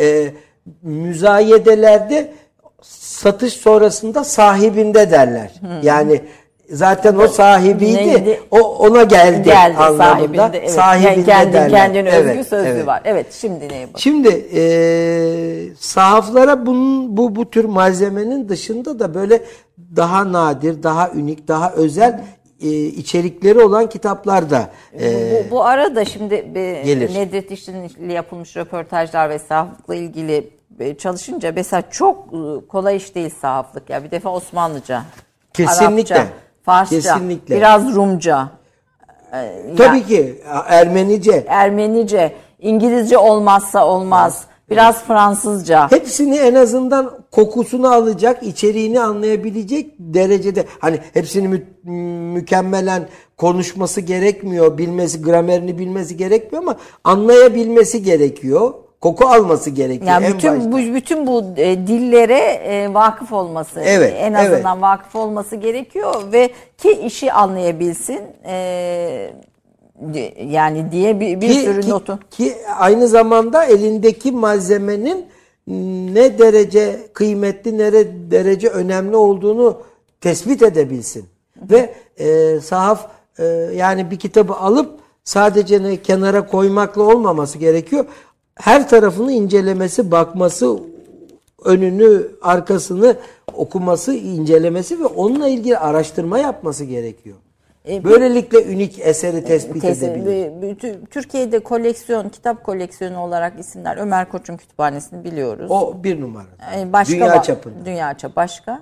Müzayedelerde satış sonrasında sahibinde derler. Yani zaten o sahibiydi. O ona geldi anlamında. Sahibinde derler. Kendine özgü sözlü var. Evet, şimdi neye bakalım? Şimdi sahaflara bu tür malzemenin dışında da böyle daha nadir, daha unik, daha özel içerikleri olan kitaplar da bu arada şimdi gelir. Nedret İşçi'yle yapılmış röportajlar ve sahaflıkla ilgili çalışınca mesela çok kolay iş değil sahaflık. Ya bir defa Osmanlıca, kesinlikle, Arapça, Farsça, kesinlikle. biraz Rumca. Tabii ki Ermenice, İngilizce olmazsa olmaz. Biraz Fransızca. Hepsini en azından kokusunu alacak, içeriğini anlayabilecek derecede. Hani hepsini mükemmelen konuşması gerekmiyor, bilmesi, gramerini bilmesi gerekmiyor ama anlayabilmesi gerekiyor. Koku alması gerekiyor. Yani bütün bu dillere vakıf olması, en azından vakıf olması gerekiyor ve ki işi anlayabilsin. Yani diye bir sürü notu. Ki aynı zamanda elindeki malzemenin ne derece kıymetli, ne derece önemli olduğunu tespit edebilsin. Ve sahaf yani bir kitabı alıp sadece kenara koymakla olmaması gerekiyor. Her tarafını incelemesi, bakması, önünü, arkasını okuması, incelemesi ve onunla ilgili araştırma yapması gerekiyor. Böylelikle unik eseri tespit edebilir. Türkiye'de kitap koleksiyonu olarak isimler. Ömer Koç'un kütüphanesini biliyoruz. O bir numara. Dünya çapında. Dünya çapı. Başka?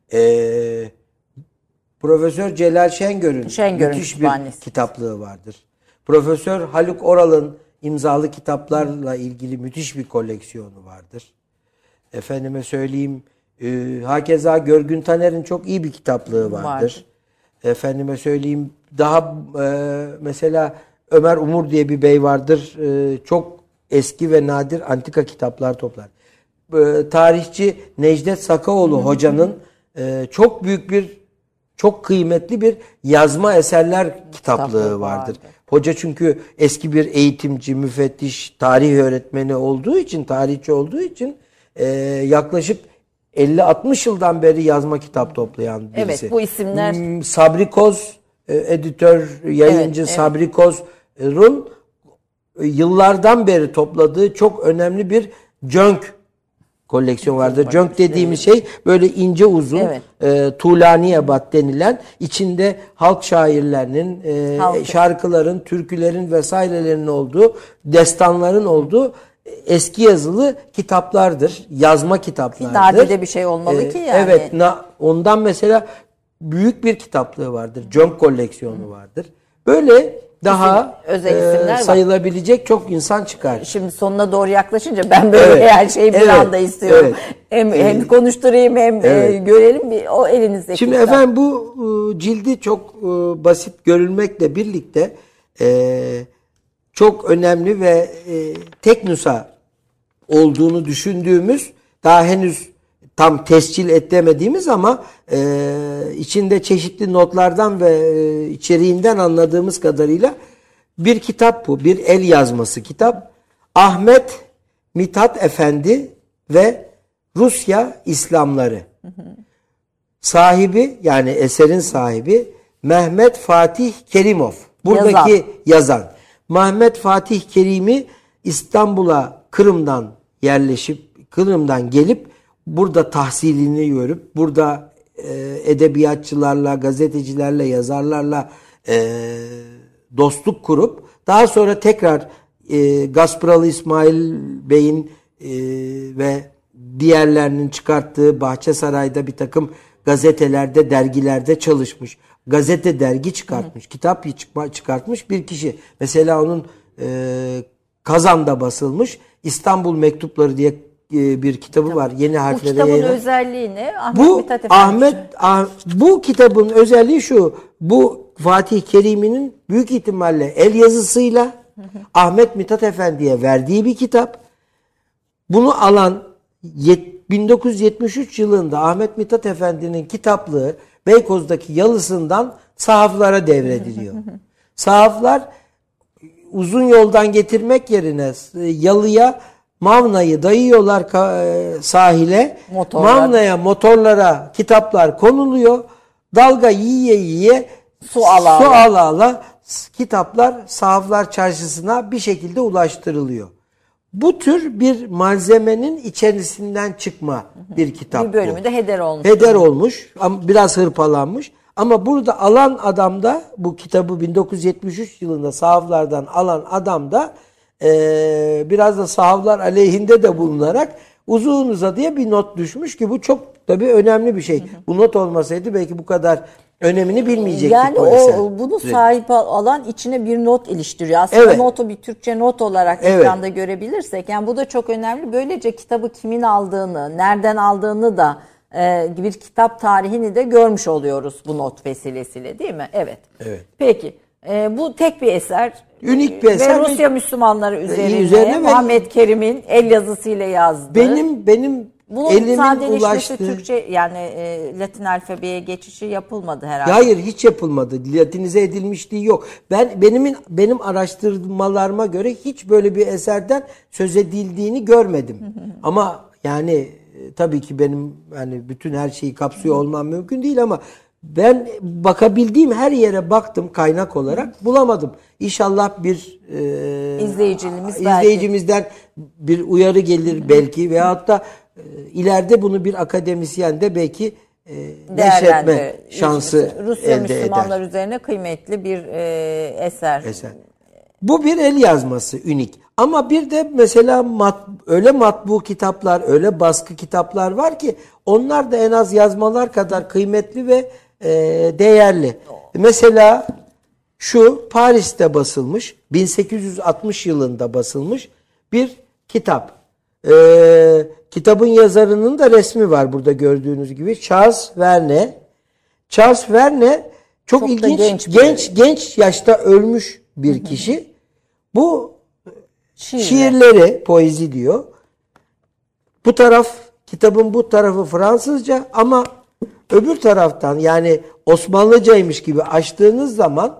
Profesör Celal Şengör'ün müthiş bir kitaplığı vardır. Profesör Haluk Oral'ın imzalı kitaplarla ilgili müthiş bir koleksiyonu vardır. Efendime söyleyeyim, hakeza Görgün Taner'in çok iyi bir kitaplığı vardır. Efendime söyleyeyim, daha mesela Ömer Umur diye bir bey vardır. Çok eski ve nadir antika kitaplar toplar. Tarihçi Necdet Sakaoğlu hocanın çok büyük çok kıymetli bir yazma eserler kitaplığı vardır. Hoca çünkü eski bir eğitimci, müfettiş, tarih öğretmeni olduğu için, tarihçi olduğu için yaklaşık 50-60 yıldan beri yazma kitap toplayan birisi. Evet, bu isimler. Sabri Koz, editör, yayıncı Sabri Koz'un yıllardan beri topladığı çok önemli bir jönk koleksiyon vardır. Jönk dediğimiz şey böyle ince uzun, Tuğlaniyebat denilen, içinde halk şairlerinin, şarkıların, türkülerin vesairelerinin olduğu, destanların olduğu eski yazılı kitaplardır. Yazma kitaplardır. Nadide bir şey olmalı ki yani. Evet. Ondan mesela büyük bir kitaplığı vardır. Jönk koleksiyonu vardır. Böyle daha sayılabilecek çok insan çıkar. Şimdi sonuna doğru yaklaşınca ben böyle her şeyi bir anda istiyorum. Hem konuşturayım hem görelim o elinizdeki. Şimdi kitap. Efendim bu cildi çok basit görülmekle birlikte çok önemli ve tek nüsha olduğunu düşündüğümüz, daha henüz tam tescil edemediğimiz ama içinde çeşitli notlardan ve içeriğinden anladığımız kadarıyla bir kitap bu. Bir el yazması kitap. Ahmet Mithat Efendi ve Rusya İslamları. Sahibi, yani eserin sahibi Mehmet Fatih Kerimov. Buradaki yazan. Mehmet Fatih Kerim'i İstanbul'a Kırım'dan gelip burada tahsilini görüp burada edebiyatçılarla, gazetecilerle, yazarlarla dostluk kurup daha sonra tekrar Gaspıralı İsmail Bey'in ve diğerlerinin çıkarttığı Bahçesaray'da bir takım gazetelerde, dergilerde çalışmış. Gazete, dergi çıkartmış. Kitap çıkartmış bir kişi. Mesela onun Kazan'da basılmış İstanbul Mektupları diye bir kitabı var. Yeni harflere. Bu kitabın özelliği ne? Mithat Efendi. Bu kitabın özelliği şu. Bu Fatih Kerimi'nin büyük ihtimalle el yazısıyla Ahmet Mithat Efendi'ye verdiği bir kitap. Bunu alan 1973 yılında Ahmet Mithat Efendi'nin kitaplığı Beykoz'daki yalısından sahaflara devrediliyor. Sahaflar uzun yoldan getirmek yerine yalıya Mavna'yı dayıyorlar sahile. Mavna'ya, motorlara kitaplar konuluyor. Dalga yiye su ala kitaplar sahaflar çarşısına bir şekilde ulaştırılıyor. Bu tür bir malzemenin içerisinden çıkma bir kitap. Bir bölümü de heder olmuş. Heder olmuş, biraz hırpalanmış. Ama burada alan adam da, bu kitabı 1973 yılında sahaflardan alan adam da biraz da sahaflar aleyhinde de bulunarak uzun uzadıya bir not düşmüş ki bu çok tabii önemli bir şey. Bu not olmasaydı belki bu kadar önemini bilmeyecektik yani bu eser. Bunu sahip alan içine bir not iliştiriyor. Aslında notu bir Türkçe not olarak ekranda görebilirsek, yani bu da çok önemli. Böylece kitabı kimin aldığını, nereden aldığını da bir kitap tarihini de görmüş oluyoruz bu not vesilesiyle, değil mi? Evet. Peki. Bu tek bir eser. Ünik bir eser. Ve Rusya Müslümanları üzerine Muhammed Kerim'in el yazısıyla yazdığı. Benim bunun elimin ulaştığı... Türkçe, yani Latin alfabeye geçişi yapılmadı herhalde. Hayır, hiç yapılmadı. Latinize edilmişliği yok. Benim araştırmalarıma göre hiç böyle bir eserden söz edildiğini görmedim. Ama yani tabii ki benim yani bütün her şeyi kapsıyor olmam mümkün değil ama ben bakabildiğim her yere baktım kaynak olarak, bulamadım. İnşallah bir izleyicimizden bir uyarı gelir belki veyahut da ileride bunu bir akademisyen de belki neşretme şansı Rusya elde Müslümanlar eder. üzerine kıymetli bir eser. Bu bir el yazması, ünik. Ama bir de mesela öyle matbu kitaplar, öyle baskı kitaplar var ki onlar da en az yazmalar kadar kıymetli ve değerli. Mesela şu Paris'te basılmış, 1860 yılında basılmış bir kitap. Kitabın yazarının da resmi var burada gördüğünüz gibi. Charles Verne. Charles Verne çok ilginç, genç yaşta ölmüş bir kişi. Bu şiirleri, poezi diyor. Bu taraf, kitabın bu tarafı Fransızca ama öbür taraftan, yani Osmanlıcaymış gibi açtığınız zaman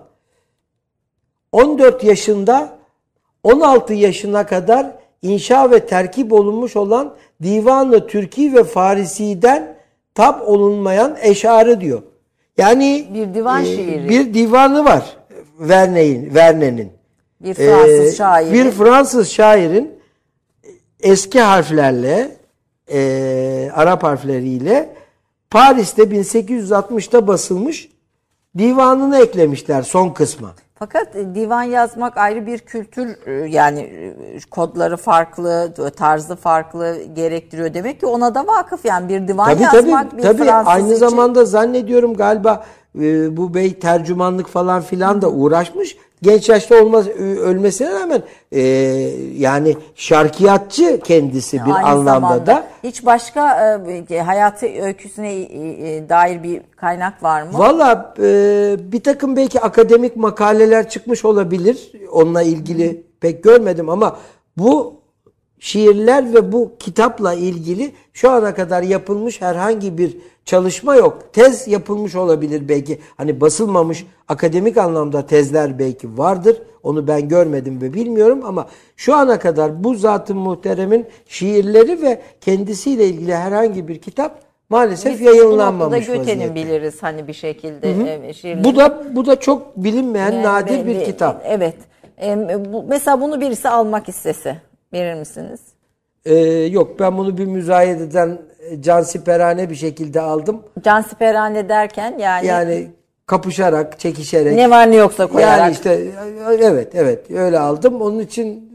14 yaşında 16 yaşına kadar inşa ve terkip olunmuş olan Divan-ı Türki ve Farisi'den tab olunmayan eşarı diyor. Yani bir divan şiiri. Bir divanı var Verne'nin. Bir Fransız şairi. Bir Fransız şairin eski harflerle, Arap harfleriyle Paris'te 1860'ta basılmış divanını eklemişler son kısma. Fakat divan yazmak ayrı bir kültür, yani kodları farklı, tarzı farklı gerektiriyor. Demek ki ona da vakıf, yani bir divan yazmak bir Fransız aynı için. zamanda zannediyorum galiba bu bey tercümanlık falan filan da uğraşmış. Genç yaşta ölmesine rağmen yani şarkiyatçı kendisi bir aynı anlamda zamanda da. Hiç başka hayatı öyküsüne dair bir kaynak var mı? Valla bir takım belki akademik makaleler çıkmış olabilir. Onunla ilgili pek görmedim ama bu şiirler ve bu kitapla ilgili şu ana kadar yapılmış herhangi bir çalışma yok. Tez yapılmış olabilir belki. Hani basılmamış akademik anlamda tezler belki vardır. Onu ben görmedim ve bilmiyorum ama şu ana kadar bu Zat-ı Muhterem'in şiirleri ve kendisiyle ilgili herhangi bir kitap maalesef yayınlanmamış vaziyette. Göte'nin biliriz hani bir şekilde şiirleri. Bu da çok bilinmeyen nadir bir kitap. Evet. Mesela bunu birisi almak istese verir misiniz? Yok, ben bunu bir müzayededen cansiperane bir şekilde aldım. Cansiperane derken yani kapışarak, çekişerek. Ne var ne yoksa koyarak. Yani işte evet öyle aldım. Onun için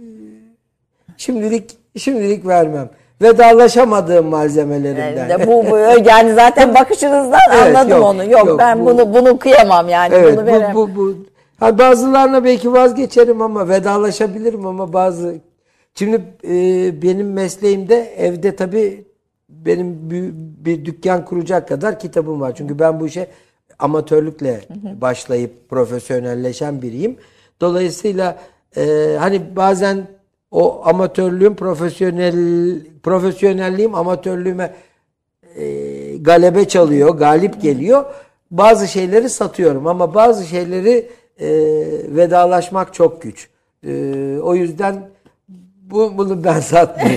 şimdilik vermem. Vedalaşamadığım malzemelerimden. Bu yani zaten bakışınızdan anladım onu. Yok ben bunu kıyamam yani. Evet, bunu veremem. Bazılarına belki vazgeçerim ama vedalaşabilirim ama bazı. Şimdi benim mesleğimde evde tabii benim bir dükkan kuracak kadar kitabım var. Çünkü ben bu işe amatörlükle başlayıp profesyonelleşen biriyim. Dolayısıyla hani bazen o amatörlüğüm profesyonelliğim amatörlüğüme galebe çalıyor, galip geliyor. Bazı şeyleri satıyorum ama bazı şeyleri vedalaşmak çok güç. O yüzden bunu ben satmayayım.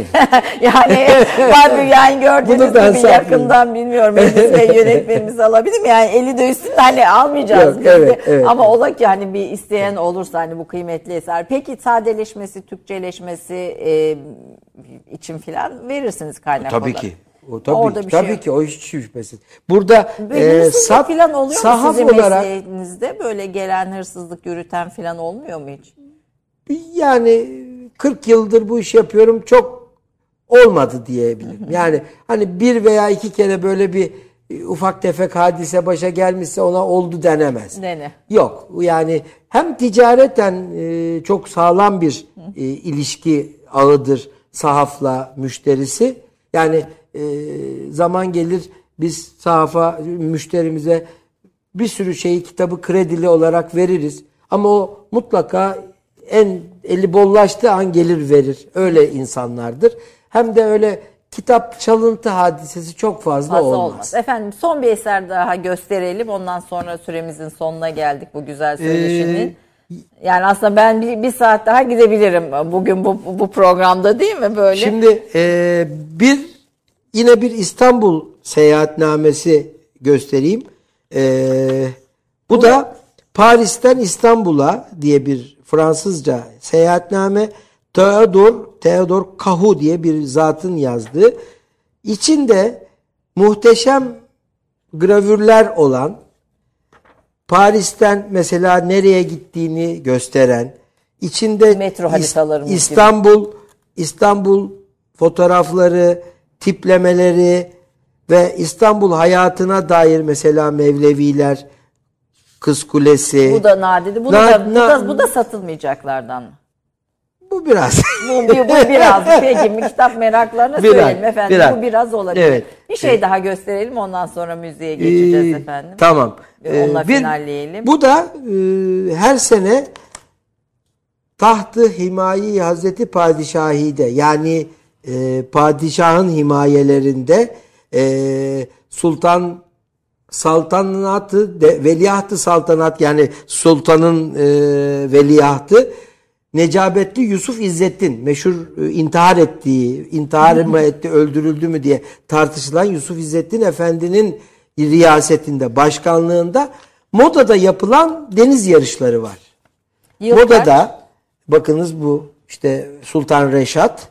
yani gördüğünüz gibi yakından bilmiyorum. Elis yönetmenimiz alabilir mi? Yani eli de üstünde hani almayacağız. Evet. Ama ola ki hani bir isteyen olursa hani bu kıymetli eser. Peki sadeleşmesi, Türkçeleşmesi için filan verirsiniz kaynak olarak. Tabii ki. Tabii ki o hiç şüphesiz. Burada hırsızlık filan oluyor mu sizin olarak, mesleğinizde? Böyle gelen hırsızlık yürüten filan olmuyor mu hiç? Yani 40 yıldır bu işi yapıyorum, çok olmadı diyebilirim. Yani hani bir veya iki kere böyle bir ufak tefek hadise başa gelmişse ona oldu denemez. Dene. Yok. Yani hem ticareten çok sağlam bir ilişki ağıdır sahafla müşterisi. Yani zaman gelir biz sahafa müşterimize bir sürü şeyi, kitabı kredili olarak veririz. Ama o mutlaka en eli bollaştığı an gelir verir. Öyle insanlardır. Hem de öyle kitap çalıntı hadisesi çok fazla olmaz. Efendim son bir eser daha gösterelim. Ondan sonra süremizin sonuna geldik bu güzel söyleşinin. Yani aslında ben bir saat daha gidebilirim bugün bu programda, değil mi böyle? Şimdi yine bir İstanbul seyahatnamesi göstereyim. Bu da Paris'ten İstanbul'a diye bir Fransızca seyahatname. Theodor Cahu diye bir zatın yazdığı. İçinde muhteşem gravürler olan, Paris'ten mesela nereye gittiğini gösteren, içinde metro haritalarımız İstanbul fotoğrafları, tiplemeleri ve İstanbul hayatına dair mesela Mevleviler, Kız Kulesi. Bu da nadide. Bu da satılmayacaklardan mı? Bu biraz. bu biraz. Peki kitap meraklarına söyleyelim efendim. Bu biraz olabilir. Evet. Bir şey daha gösterelim, ondan sonra müziğe geçeceğiz efendim. Tamam. Onunla finalleyelim. Bu da her sene Taht-ı Himayi Hazreti Padişahi'de, yani padişahın himayelerinde veliaht-ı saltanat, yani sultanın veliahtı Necabetli Yusuf İzzettin, meşhur intihar mı etti, öldürüldü mü diye tartışılan Yusuf İzzettin Efendi'nin riyasetinde, başkanlığında Moda'da yapılan deniz yarışları var. Moda'da bakınız, bu işte Sultan Reşat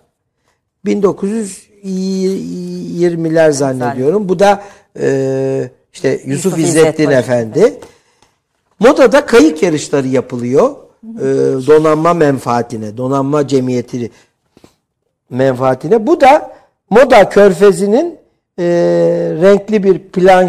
1920'ler zannediyorum. Bu da işte Yusuf İzzettin Efendi. Moda'da kayık yarışları yapılıyor. Donanma menfaatine, donanma cemiyeti menfaatine. Bu da Moda Körfezi'nin renkli bir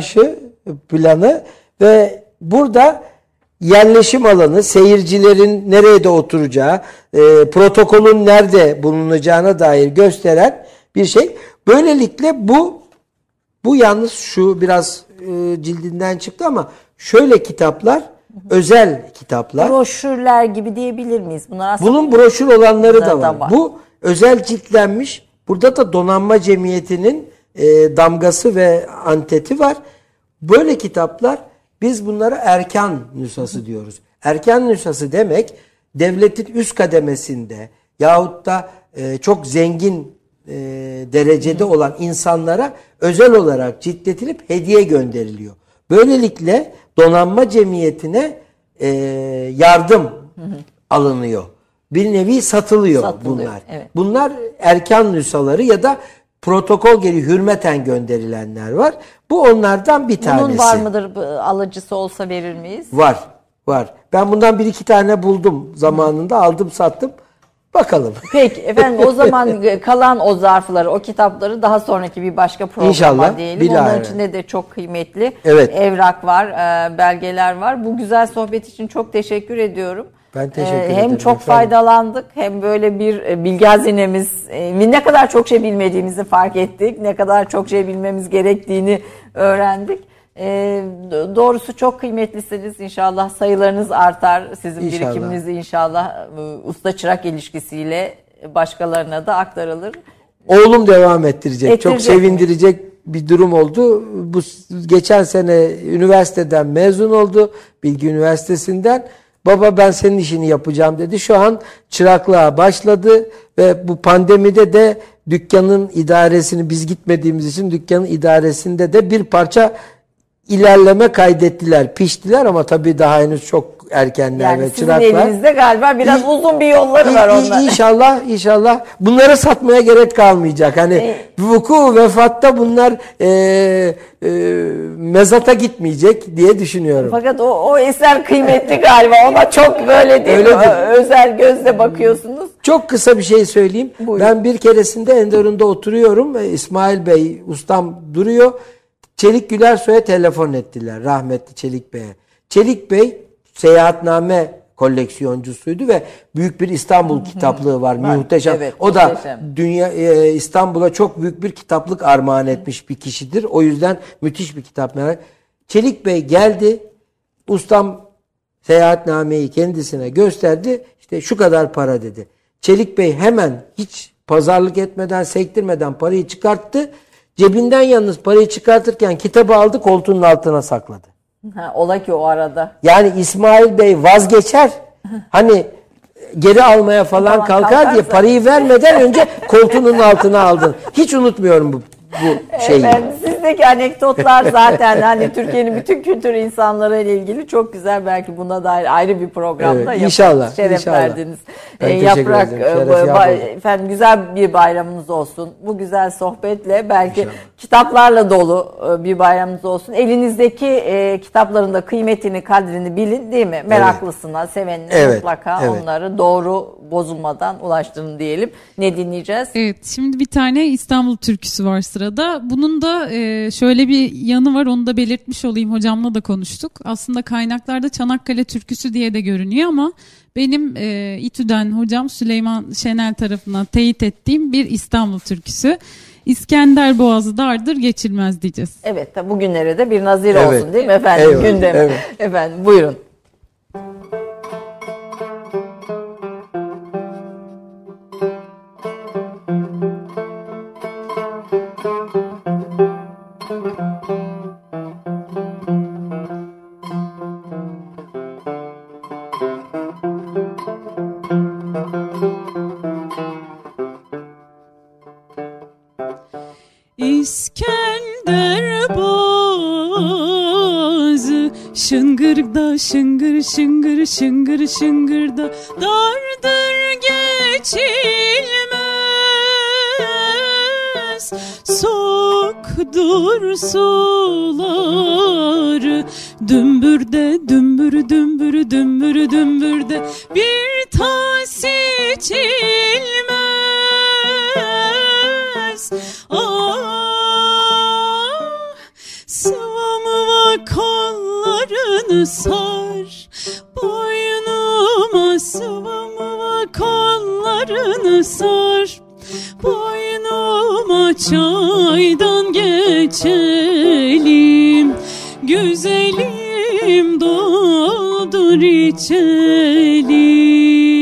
planı ve burada yerleşim alanı, seyircilerin nerede oturacağı, protokolün nerede bulunacağına dair gösteren bir şey. Böylelikle bu yalnız şu biraz cildinden çıktı ama şöyle kitaplar, özel kitaplar. Broşürler gibi diyebilir miyiz? Bunlar aslında bunun broşür olanları da var. Bu özel ciltlenmiş. Burada da Donanma Cemiyeti'nin damgası ve anteti var. Böyle kitaplar, biz bunlara erkan nüshası diyoruz. Erkan nüshası demek, devletin üst kademesinde yahut da çok zengin derecede olan insanlara özel olarak ciltletilip hediye gönderiliyor. Böylelikle Donanma Cemiyeti'ne yardım alınıyor. Bir nevi satılıyor bunlar. Evet. Bunlar erkan nüshaları ya da protokol geri hürmeten gönderilenler var. Bu onlardan bir tanesi. Bunun var mıdır, alıcısı olsa verir miyiz? Var. Ben bundan 1-2 tane buldum zamanında, aldım sattım. Bakalım. Peki efendim, o zaman kalan o zarfları, o kitapları daha sonraki bir başka programa İnşallah, diyelim. Onun içinde de çok kıymetli evrak var, belgeler var. Bu güzel sohbet için çok teşekkür ediyorum. Ben teşekkür ederim. Hem çok faydalandık, hem böyle bir bilgi hazinemiz, ne kadar çok şey bilmediğimizi fark ettik. Ne kadar çok şey bilmemiz gerektiğini öğrendik. Doğrusu çok kıymetlisiniz. İnşallah sayılarınız artar. Sizin birikiminiz inşallah usta çırak ilişkisiyle başkalarına da aktarılır. Oğlum devam ettirecek. Çok sevindirecek bir durum oldu. Bu geçen sene üniversiteden mezun oldu. Bilgi Üniversitesi'nden. Baba ben senin işini yapacağım dedi. Şu an çıraklığa başladı ve bu pandemide de dükkanın idaresini, biz gitmediğimiz için dükkanın idaresinde de bir parça ilerleme kaydettiler, piştiler ama tabii daha henüz çok erkenler yani ve çıraklar. Yani sizin elinizde galiba biraz uzun bir yolları var onlar. İnşallah bunları satmaya gerek kalmayacak. Hani vuku vefatta bunlar mezata gitmeyecek diye düşünüyorum. Fakat o eser kıymetli galiba. Ona çok böyle değil mi? Özel gözle bakıyorsunuz. Çok kısa bir şey söyleyeyim. Buyurun. Ben bir keresinde Enderun'da oturuyorum ve İsmail Bey ustam duruyor. Çelik Gülersoy'a telefon ettiler, rahmetli Çelik Bey'e. Çelik Bey seyahatname koleksiyoncusuydu ve büyük bir İstanbul kitaplığı var. Muhteşem. Evet, o da İstanbul'a çok büyük bir kitaplık armağan etmiş bir kişidir. O yüzden müthiş bir kitap. Çelik Bey geldi. Ustam seyahatnameyi kendisine gösterdi. İşte şu kadar para dedi. Çelik Bey hemen hiç pazarlık etmeden, sektirmeden parayı çıkarttı. Cebinden yalnız parayı çıkartırken kitabı aldı, koltuğunun altına sakladı. Ola ki o arada. Yani İsmail Bey vazgeçer. Hani geri almaya falan kalkar diye parayı vermeden önce koltuğunun altına aldın. Hiç unutmuyorum bu şeyi. Evet, sizdeki anekdotlar zaten hani Türkiye'nin bütün kültür insanları ile ilgili çok güzel, belki buna dair ayrı bir programda inşallah, şeref inşallah. verdiniz. Yaprak, efendim güzel bir bayramınız olsun. Bu güzel sohbetle belki İnşallah. kitaplarla dolu bir bayramınız olsun. Elinizdeki kitapların da kıymetini, kadrini bilin, değil mi? Meraklısına, sevenine mutlaka onları doğru, bozulmadan ulaştırın diyelim. Ne dinleyeceğiz? Evet, şimdi bir tane İstanbul türküsü var sırada. Bunun da şöyle bir yanı var, onu da belirtmiş olayım, hocamla da konuştuk. Aslında kaynaklarda Çanakkale türküsü diye de görünüyor ama benim İTÜ'den hocam Süleyman Şenel tarafından teyit ettiğim bir İstanbul türküsü. İskender Boğazı dardır geçilmez diyeceğiz. Evet, bugünlere de bir nazir olsun değil mi efendim? Gündemi. Evet. Efendim buyurun. İskender Boğazı şıngırda şıngır şıngır şıngır şıngırda dardır geçilmez, soktur suları dümbürde dümbür dümbür dümbür dümbürde bir tas içilmez. Sıvamıva kollarını sar, boynuma sıvamıva kollarını sar, boynuma çaydan geçelim, güzelim doldur içelim.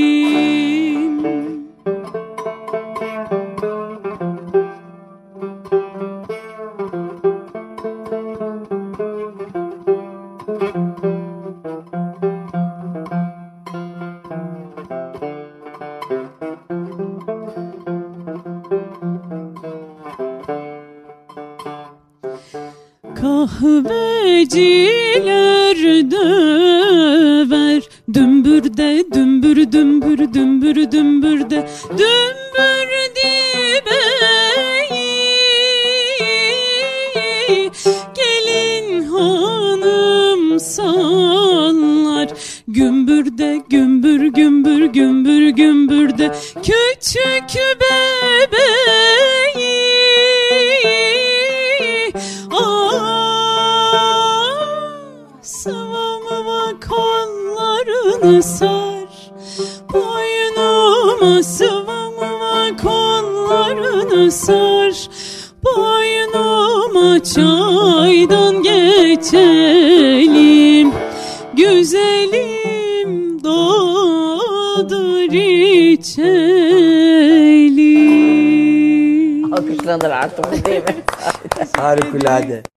Kahveciler döver dümbürde dümbür dümbür dümbür dümbürde dümbür dibeyi gelin hanım sallar gümbürde gümbür gümbür gümbür gümbürde küçük bebeği. Sıvamıva kollarını sar, boynuma sıvamıva kollarını sar, boynuma çaydan geçelim, güzelim doldur içelim. Alkışlanır artık, değil mi? Harikulade.